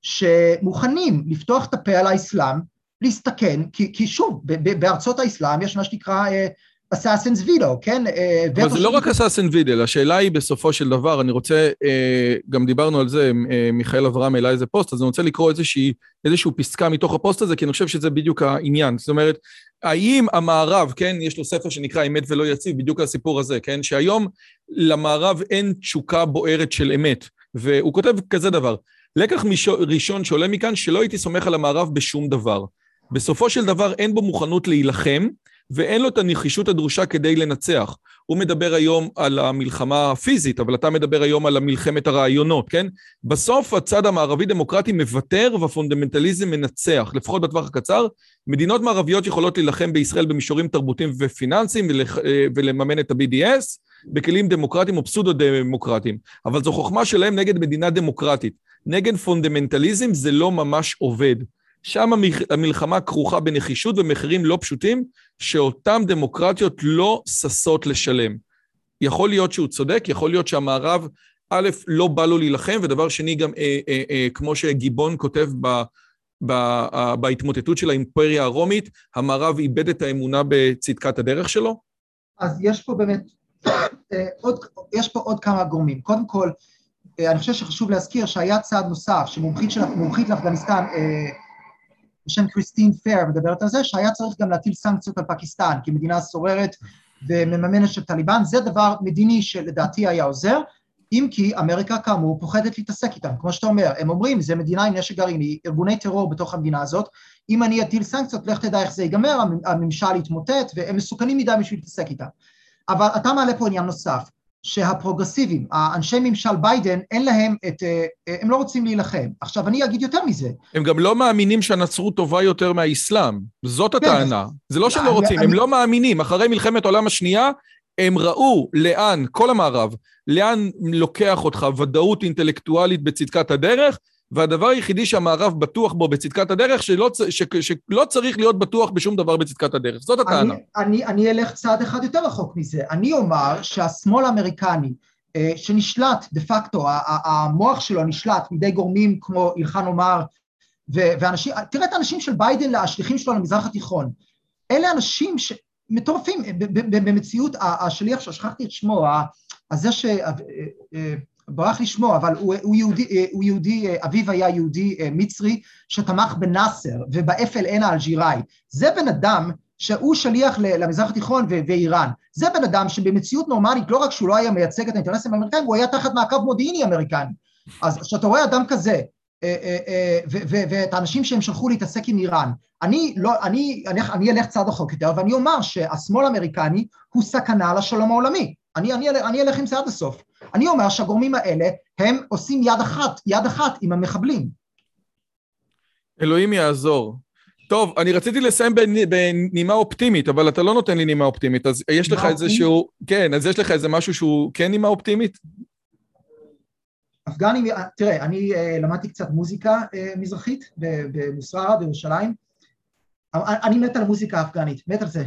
שמוכנים לפתוח את הפה על האסלאם, להסתכן, כי שוב, בארצות האסלאם יש מה שנקרא Assassin's Veto, כן? אבל זה לא רק Assassin's Veto, השאלה היא בסופו של דבר, אני רוצה, גם דיברנו על זה, מיכאל אברהם העלה איזה פוסט, אז אני רוצה לקרוא איזשהו פסקה מתוך הפוסט הזה, כי אני חושב שזה בדיוק העניין, זאת אומרת, האם המערב, כן, יש לו ספר שנקרא אמת ולא יציב, בדיוק הסיפור הזה, כן, שהיום למערב אין תשוקה בוערת של אמת, והוא כותב כזה דבר, לקח ראשון שעולה מכאן, שלא הייתי סומך על המערב בשום דבר. בסופו של דבר אין בו מוכנות להילחם, ואין לו את הנחישות הדרושה כדי לנצח. הוא מדבר היום על המלחמה הפיזית, אבל אתה מדבר היום על המלחמת הרעיונות, כן? בסוף הצד המערבי דמוקרטי מוותר, והפונדמנטליזם מנצח, לפחות בטווח הקצר. מדינות מערביות יכולות להילחם בישראל במישורים תרבותיים ופיננסיים, ולממן את ה-BDS, בכלים דמוקרטיים או פסודו-דמוקרטיים. אבל זו חוכמה שלהם נגד מדינה דמוקרטית. נגד פונדמנטליזם זה לא ממש עובד. שם המלחמה כרוכה בנחישות ומחירים לא פשוטים, שאותם דמוקרטיות לא ששות לשלם. יכול להיות שהוא צודק, יכול להיות שהמערב, א', לא בא לו להילחם, ודבר שני גם, כמו שגיבון כותב בהתמוטטות של האימפריה הרומית, המערב איבד את האמונה בצדקת הדרך שלו? אז יש פה באמת, יש פה עוד כמה גורמים. קודם כל, אני חושב שחשוב להזכיר שהיה צעד נוסף, שמומחית לאפגניסטן, בשם קריסטין פייר מדברת על זה, שהיה צריך גם להטיל סנקציות על פקיסטן, כמדינה סוררת ומממנת של טליבן, זה דבר מדיני שלדעתי היה עוזר, אם כי אמריקה כאמור פוחדת להתעסק איתם, כמו שאתה אומר, הם אומרים, זה מדינה עם נשק גרעיני, ארגוני טרור בתוך המדינה הזאת, אם אני אטיל סנקציות, לך תדע איך זה ייגמר, הממשל יתמוטט, והם מסוכנים מדי בשביל להתעסק איתם. אבל אתה מעלה פה עניין נוסף, שהפרוגרסיבים, האנשי ממשל ביידן, אין להם הם לא רוצים להילחם. עכשיו, אני אגיד יותר מזה. הם גם לא מאמינים שהנצרות טובה יותר מהאסלאם. זאת הטענה. זה לא שהם לא רוצים, הם לא מאמינים. אחרי מלחמת העולם השנייה, הם ראו לאן, כל המערב, לאן לוקח אותך ודאות אינטלקטואלית בצדקת הדרך, והדבר היחידי שהמערב בטוח בו בצדקת הדרך, שלא צריך להיות בטוח בשום דבר בצדקת הדרך. זאת הטענה. אני אלך צעד אחד יותר רחוק מזה. אני אומר שהשמאל האמריקני, שנשלט דה פקטו, המוח שלו נשלט מידי גורמים כמו אילחן עומר, ואנשים, תראה את האנשים של ביידן, השליחים שלו למזרח התיכון. אלה אנשים שמטורפים, במציאות, השליח ששכחתי את שמו, הזה ברח לשמו, אבל הוא יהודי, אביו היה יהודי מצרי, שתמך בנאסר ובאפל-אין האלג'יראי. זה בן אדם שהוא שליח למזרח התיכון ואיראן. זה בן אדם שבמציאות נורמלית, לא רק שהוא לא היה מייצג את האינטרסים האמריקאים, הוא היה תחת מעקב מודיעיני אמריקני. אז כשאתה רואה אדם כזה, ואת האנשים שהם שלחו להתעסק עם איראן. אני אלך צעד רחוק יותר, ואני אומר שהשמאל האמריקני הוא סכנה לשלום העולמי. אני אלך עם זה עד הסוף. אני אומר שהגורמים האלה הם עושים יד אחת עם המחבלים. אלוהים יעזור. טוב, אני רציתי לסיים בנימה אופטימית, אבל אתה לא נותן לי נימה אופטימית, אז יש לך איזשהו, כן, אז יש לך איזה משהו שהוא כן נימה אופטימית? אפגנים, תראה, אני למדתי קצת מוזיקה מזרחית במוסררה בירושלים, אני מת על המוזיקה האפגנית, מת על זה.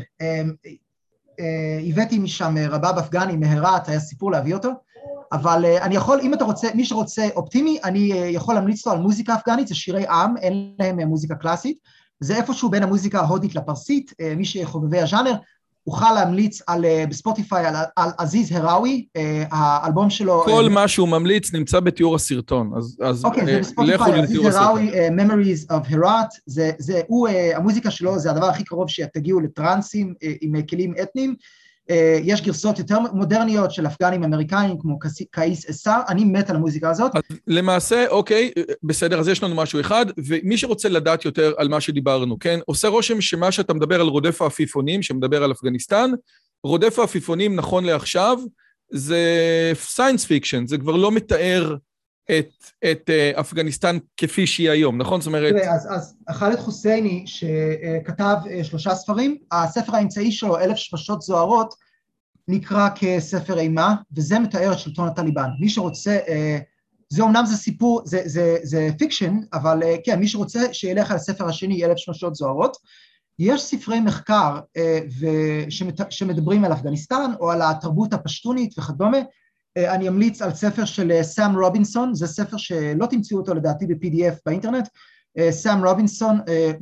הבאתי משם רבב אפגני מהרת, היה סיפור להביא אותו, אבל אני יכול, אם אתה רוצה, מי שרוצה אופטימי, אני יכול להמליץ לו על מוזיקה אפגנית, זה שירי עם, אין להם מוזיקה קלאסית, זה איפשהו בין המוזיקה ההודית לפרסית, מי שחובבי הז'אנר, אוכל להמליץ בספוטיפיי על עזיז הראוי, האלבום שלו... כל מה שהוא ממליץ נמצא בתיאור הסרטון, אז אוקיי, זה בספוטיפיי, עזיז הראוי, Memories of Herat, המוזיקה שלו זה הדבר הכי קרוב שתגיעו לטרנסים עם כלים אתניים, יש גרסות יותר מודרניות של אפגנים אמריקאים, כמו קאיס אסר, אני מת על המוזיקה הזאת. למעשה, אוקיי, בסדר, אז יש לנו משהו אחד, ומי שרוצה לדעת יותר על מה שדיברנו, כן? עושה רושם שמה שאתה מדבר על רודף העפיפונים, שמדבר על אפגניסטן, רודף העפיפונים נכון לעכשיו, זה סיינס פיקשן, זה כבר לא מתאר את אפגניסטן כפי שהיא היום, נכון? זאת אומרת... תראה, אז חאלד חוסייני שכתב 3 ספרים, הספר האמצעי שלו, 1000 שפשות זוהרות, נקרא כספר אימה, וזה מתאר את שלטון הטליבן. מי שרוצה, זה אומנם זה סיפור, זה פיקשן, אבל כן, מי שרוצה שילך על הספר השני, 1000 שפשות זוהרות, יש ספרי מחקר שמדברים על אפגניסטן, או על התרבות הפשטונית וכדומה, אני אמליץ על ספר של סאם רובינסון, זה ספר שלא תמצאו אותו לדעתי ב-PDF באינטרנט, סאם רובינסון,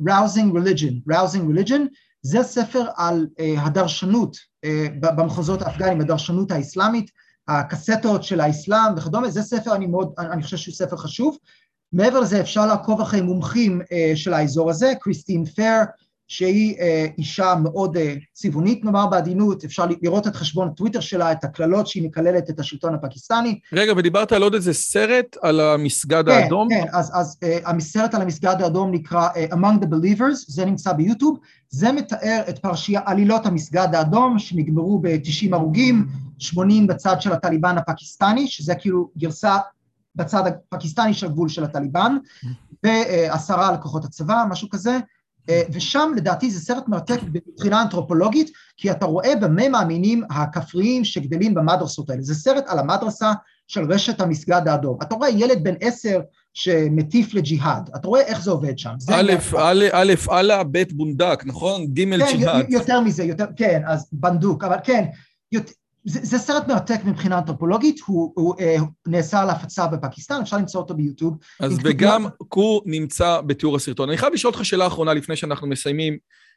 Rousing Religion, זה ספר על הדרשנות במחוזות האפגנים, הדרשנות האסלאמית, הקסטות של האסלאם וכדומה, זה ספר אני חושב שהוא ספר חשוב, מעבר לזה אפשר לעקוב אחרי מומחים של האזור הזה, קריסטין פר, שהיא אישה מאוד צבעונית, נאמר בעדינות, אפשר לראות את חשבון טוויטר שלה, את הכללות שהיא מקללת את השלטון הפקיסטני. רגע, ודיברת על עוד איזה סרט על המסגד האדום? כן, אז הסרט על המסגד האדום נקרא Among the Believers, זה נמצא ביוטיוב, זה מתאר את עלילות המסגד האדום, שנגמרו ב-90 הרוגים, 80 בצד של הטליבן הפקיסטני, שזה כאילו גרסה בצד הפקיסטני של הגבול של הטליבן, ו10 על כוחות הצבא, משהו כזה, ושם לדעתי זה סרט מרתק מבחינה אנתרופולוגית, כי אתה רואה במה מאמינים הכפריים שגדלים במדרסות האלה, זה סרט על המדרסה של רשת המסגד האדום, אתה רואה ילד בן 10 שמטיף לג'יהאד, אתה רואה איך זה עובד שם. א', אללה, ב' בונדק, נכון? ג' ג'יהאד. יותר מזה, כן, אז בנדוק, אבל כן, זה סרט מרתק מבחינה אנתרופולוגית, הוא נאסר להפצה בפקיסטן, אפשר למצוא אותו ביוטיוב. אז וגם הוא נמצא בתיאור הסרטון. אני חייב לשאול אותך שאלה אחרונה לפני שאנחנו מסיימים.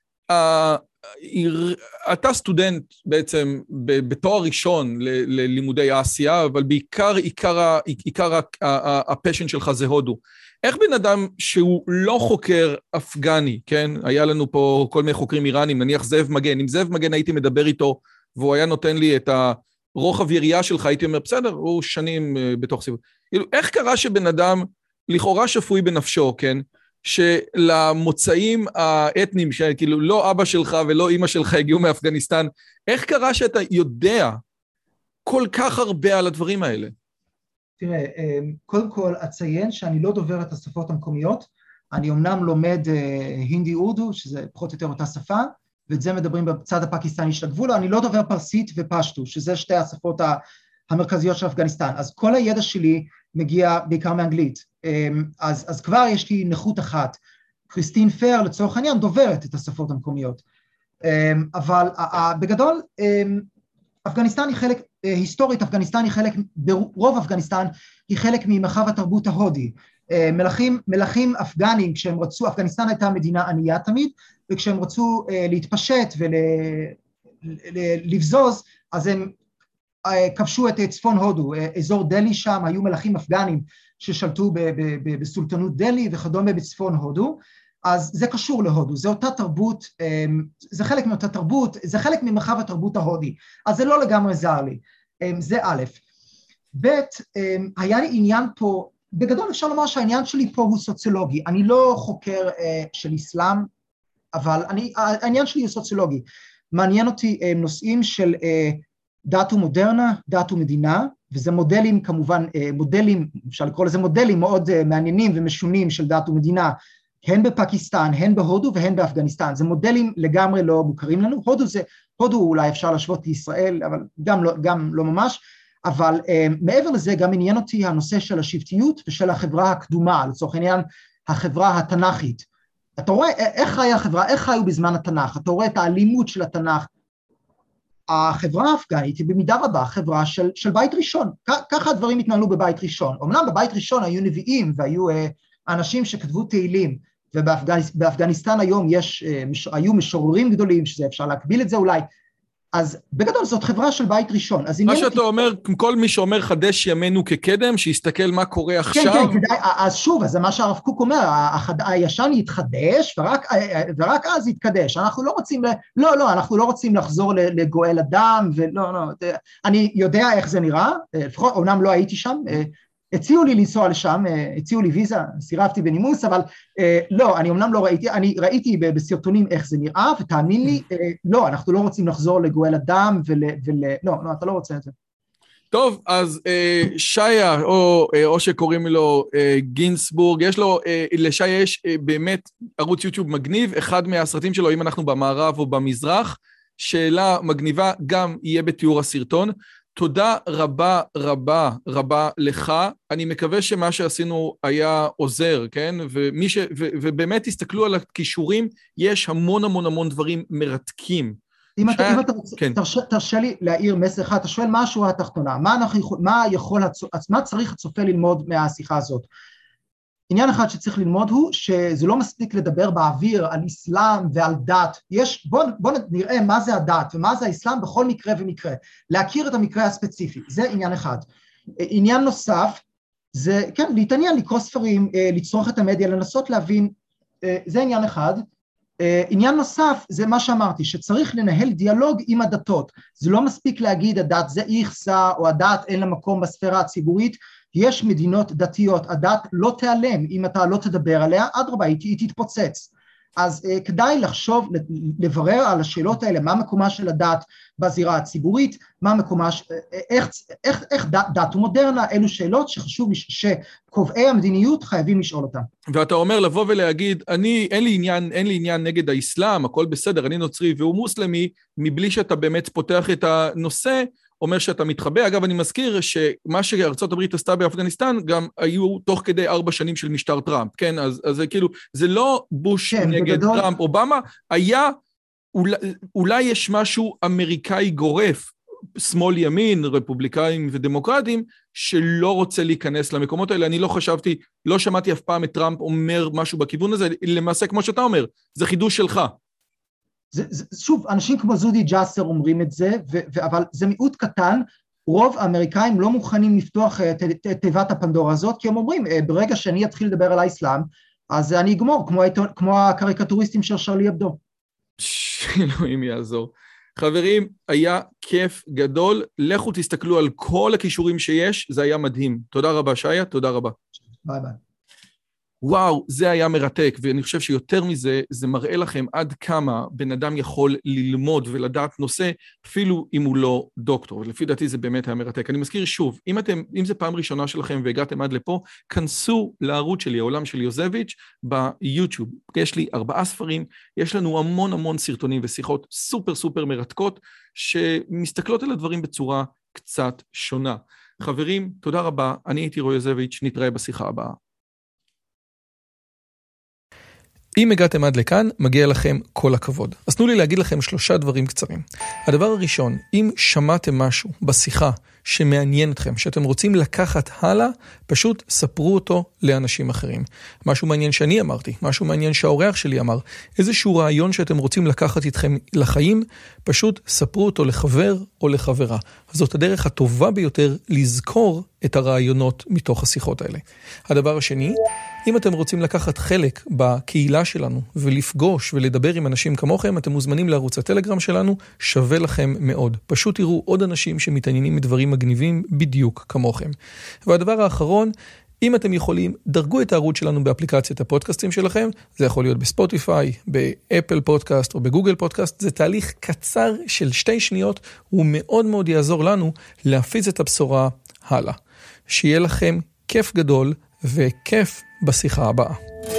אתה סטודנט בעצם בתואר ראשון ללימודי אסיה, אבל בעיקר הפשן שלך זה הודו. איך בן אדם שהוא לא חוקר אפגני, כן? היה לנו פה כל מיני חוקרים איראנים, נניח זאב מגן. עם זאב מגן הייתי מדבר איתו, והוא היה נותן לי את הרוחב יריעה שלך, הייתי אומר, בסדר, הוא שנים בתוך סיבוב. איך קרה שבן אדם, לכאורה שפוי בנפשו, כן? שלמוצאים האתניים, שכאילו לא אבא שלך ולא אמא שלך הגיעו מאפגניסטן, איך קרה שאתה יודע כל כך הרבה על הדברים האלה? תראה, קודם כל, אציין שאני לא דובר את השפות המקומיות, אני אמנם לומד הינדי אורדו, שזה פחות או יותר אותה שפה, ואת זה מדברים בצד הפקיסטני של הגבול, אני לא דובר פרסית ופשטו, שזה שתי השפות המרכזיות של אפגניסטן, אז כל הידע שלי מגיע בעיקר מאנגלית, אז כבר יש לי נכות אחת, קריסטין פר לצורך העניין דוברת את השפות המקומיות, אבל בגדול, אפגניסטן היא חלק, היסטורית אפגניסטן היא חלק, ברוב אפגניסטן היא חלק ממרחב התרבות ההודי, מלכים אפגנים, כשהם רצו, אפגניסטן הייתה מדינה ענייה תמיד, וכשהם רצו להתפשט ולבזוז, אז הם כבשו את צפון הודו, אזור דלי שם, היו מלכים אפגנים ששלטו בסולטנות דלי וכדומה בצפון הודו, אז זה קשור להודו, זה אותה תרבות, זה חלק מאותה תרבות, זה חלק ממרחב התרבות ההודי, אז זה לא לגמרי זר לי, זה א', ב', היה לי עניין פה בגדול אפשר לומר שהעניין שלי פה הוא סוציולוגי. אני לא חוקר של אסלאם, אבל העניין שלי הוא סוציולוגי. מעניין אותי נושאים של דת ומודרנה, דת ומדינה, וזה מודלים כמובן, מודלים, אפשר לקרוא לזה מודלים מאוד מעניינים ומשונים של דת ומדינה, הן בפקיסטן, הן בהודו והן באפגניסטן. זה מודלים לגמרי לא מוכרים לנו. הודו אולי אפשר להשוות לישראל, אבל גם לא ממש. אבל מעבר לזה גם עניין אותי הנושא של השבטיות ושל החברה הקדומה, לצורך העניין החברה התנ"כית. אתה רואה איך חיה החברה, איך חיו בזמן התנ"ך, אתה רואה את האלימות של התנ"ך. החברה האפגנית היא במידה רבה חברה של בית ראשון, ככה הדברים התנהלו בבית ראשון. אמנם בבית ראשון היו נביאים והיו אנשים שכתבו תהילים, ובאפגניסטן היום היו משוררים גדולים, שזה אפשר להקביל את זה אולי, אז בגדול זאת חברה של בית ראשון. מה שאתה אומר, כל מי שאומר חדש ימינו כקדם, שיסתכל מה קורה עכשיו. כן, כדאי, אז שוב, אז זה מה שהרב קוק אומר, הישן יתחדש, ורק אז יתקדש. אנחנו לא רוצים לחזור לגואל אדם, ולא, אני יודע איך זה נראה, לפחות, אומנם לא הייתי שם, הציעו לי לנסוע לשם, הציעו לי ויזה, סירבתי בנימוס, אבל לא, אני אומנם לא ראיתי, אני ראיתי בסרטונים איך זה נראה, ותאמין לי, לא, אנחנו לא רוצים לחזור לגואל אדם, לא, אתה לא רוצה את זה. טוב, אז שיה, או שקוראים לו גינסבורג, יש לו, לשיה יש באמת ערוץ יוטיוב מגניב, אחד מהסרטים שלו, אם אנחנו במערב או במזרח, שאלה מגניבה, גם יהיה בתיאור הסרטון. תודה רבה רבה רבה לך, אני מקווה שמה שעשינו היה עוזר, כן? ובאמת תסתכלו על הכישורים, יש המון המון המון דברים מרתקים. אם אתה רוצה, תרשה לי להעיר מסר אחד, אתה שואל מה השורה התחתונה, מה צריך הצופה ללמוד מהשיחה הזאת? עניין אחד שצריך ללמוד הוא שזה לא מספיק לדבר באוויר על אסלאם ועל דת. בוא נראה מה זה הדת ומה זה האסלאם בכל מקרה ומקרה. להכיר את המקרה הספציפי, זה עניין אחד. עניין נוסף, זה כן, להתעניין, לקרוא ספרים, לצרוך את המדיה, לנסות להבין, זה עניין אחד. עניין נוסף זה מה שאמרתי, שצריך לנהל דיאלוג עם הדתות. זה לא מספיק להגיד הדת זה איכסה או הדת אין לה מקום בספירה הציבורית, יש מדינות דתיות, הדת לא תיעלם, אם אתה לא תדבר עליה, אדרבה, היא תתפוצץ. אז כדאי לחשוב, לברר על השאלות האלה, מה מקומה של הדת בזירה הציבורית, מה מקומה, איך דת ומודרנה, אלו שאלות שחשוב שקובעי המדיניות חייבים לשאול אותם. ואתה אומר לבוא ולהגיד, אין לי עניין נגד האסלאם, הכל בסדר, אני נוצרי והוא מוסלמי, מבלי שאתה באמת פותח את הנושא, אומר שאתה מתחבא. אגב, אני מזכיר שמה שארצות הברית עשתה באפגניסטן, גם היו תוך כדי 4 שנים של משטר טראמפ, כן? אז זה כאילו, זה לא בוש נגד טראמפ, אובמה, היה, אולי יש משהו אמריקאי גורף, שמאל ימין, רפובליקאים ודמוקרטים, שלא רוצה להיכנס למקומות האלה. אני לא שמעתי אף פעם את טראמפ אומר משהו בכיוון הזה, למעשה כמו שאתה אומר, זה חידוש שלך. שוב, אנשים כמו זודי ג'אסר אומרים את זה, אבל זה מיעוט קטן, רוב האמריקאים לא מוכנים לפתוח את תיבת הפנדורה הזאת, כי הם אומרים, ברגע שאני אתחיל לדבר על האסלאם, אז אני אגמור, כמו הקריקטוריסטים של שרלי אבדו. אלוהים יעזור. חברים, היה כיף גדול, לכו תסתכלו על כל הכישורים שיש, זה היה מדהים. תודה רבה, שיה, תודה רבה. ביי ביי. וואו, זה היה מרתק, ואני חושב שיותר מזה, זה מראה לכם עד כמה בן אדם יכול ללמוד ולדעת נושא, אפילו אם הוא לא דוקטור, ולפי דעתי זה באמת היה מרתק. אני מזכיר שוב, אם זה פעם ראשונה שלכם והגעתם עד לפה, כנסו לערוץ שלי, העולם של יוזביץ' ביוטיוב. יש לי 4 ספרים, יש לנו המון המון סרטונים ושיחות סופר סופר מרתקות, שמסתכלות על הדברים בצורה קצת שונה. חברים, תודה רבה, אני הייתי רועי יוזביץ', נתראה בשיחה הבאה. אם הגעתם עד לכאן, מגיע לכם כל הכבוד. אז תנו לי להגיד לכם 3 דברים קצרים. הדבר הראשון, אם שמעתם משהו בשיחה שמעניין אתכם, שאתם רוצים לקחת הלאה, פשוט ספרו אותו לאנשים אחרים. משהו מעניין שאני אמרתי, משהו מעניין שהאורח שלי אמר, איזשהו רעיון שאתם רוצים לקחת איתכם לחיים, פשוט ספרו אותו לחבר או לחברה. אז זאת הדרך הטובה ביותר לזכור את הרעיונות מתוך השיחות האלה. הדבר השני, אם אתם רוצים לקחת חלק בקהילה שלנו ולפגוש ולדבר עם אנשים כמוכם, אתם מוזמנים לערוץ הטלגרם שלנו, שווה לכם מאוד. פשוט תראו עוד אנשים שמתעניינים מדברים מגניבים בדיוק כמוכם. והדבר האחרון, אם אתם יכולים, דרגו את הערוץ שלנו באפליקציית הפודקאסטים שלכם, זה יכול להיות בספוטיפיי, באפל פודקאסט או בגוגל פודקאסט, זה תהליך קצר של 2 שניות, הוא מאוד מאוד יעזור לנו להפיץ את הבשורה הלאה. שיהיה לכם כיף גדול וכיף בשיחה הבאה.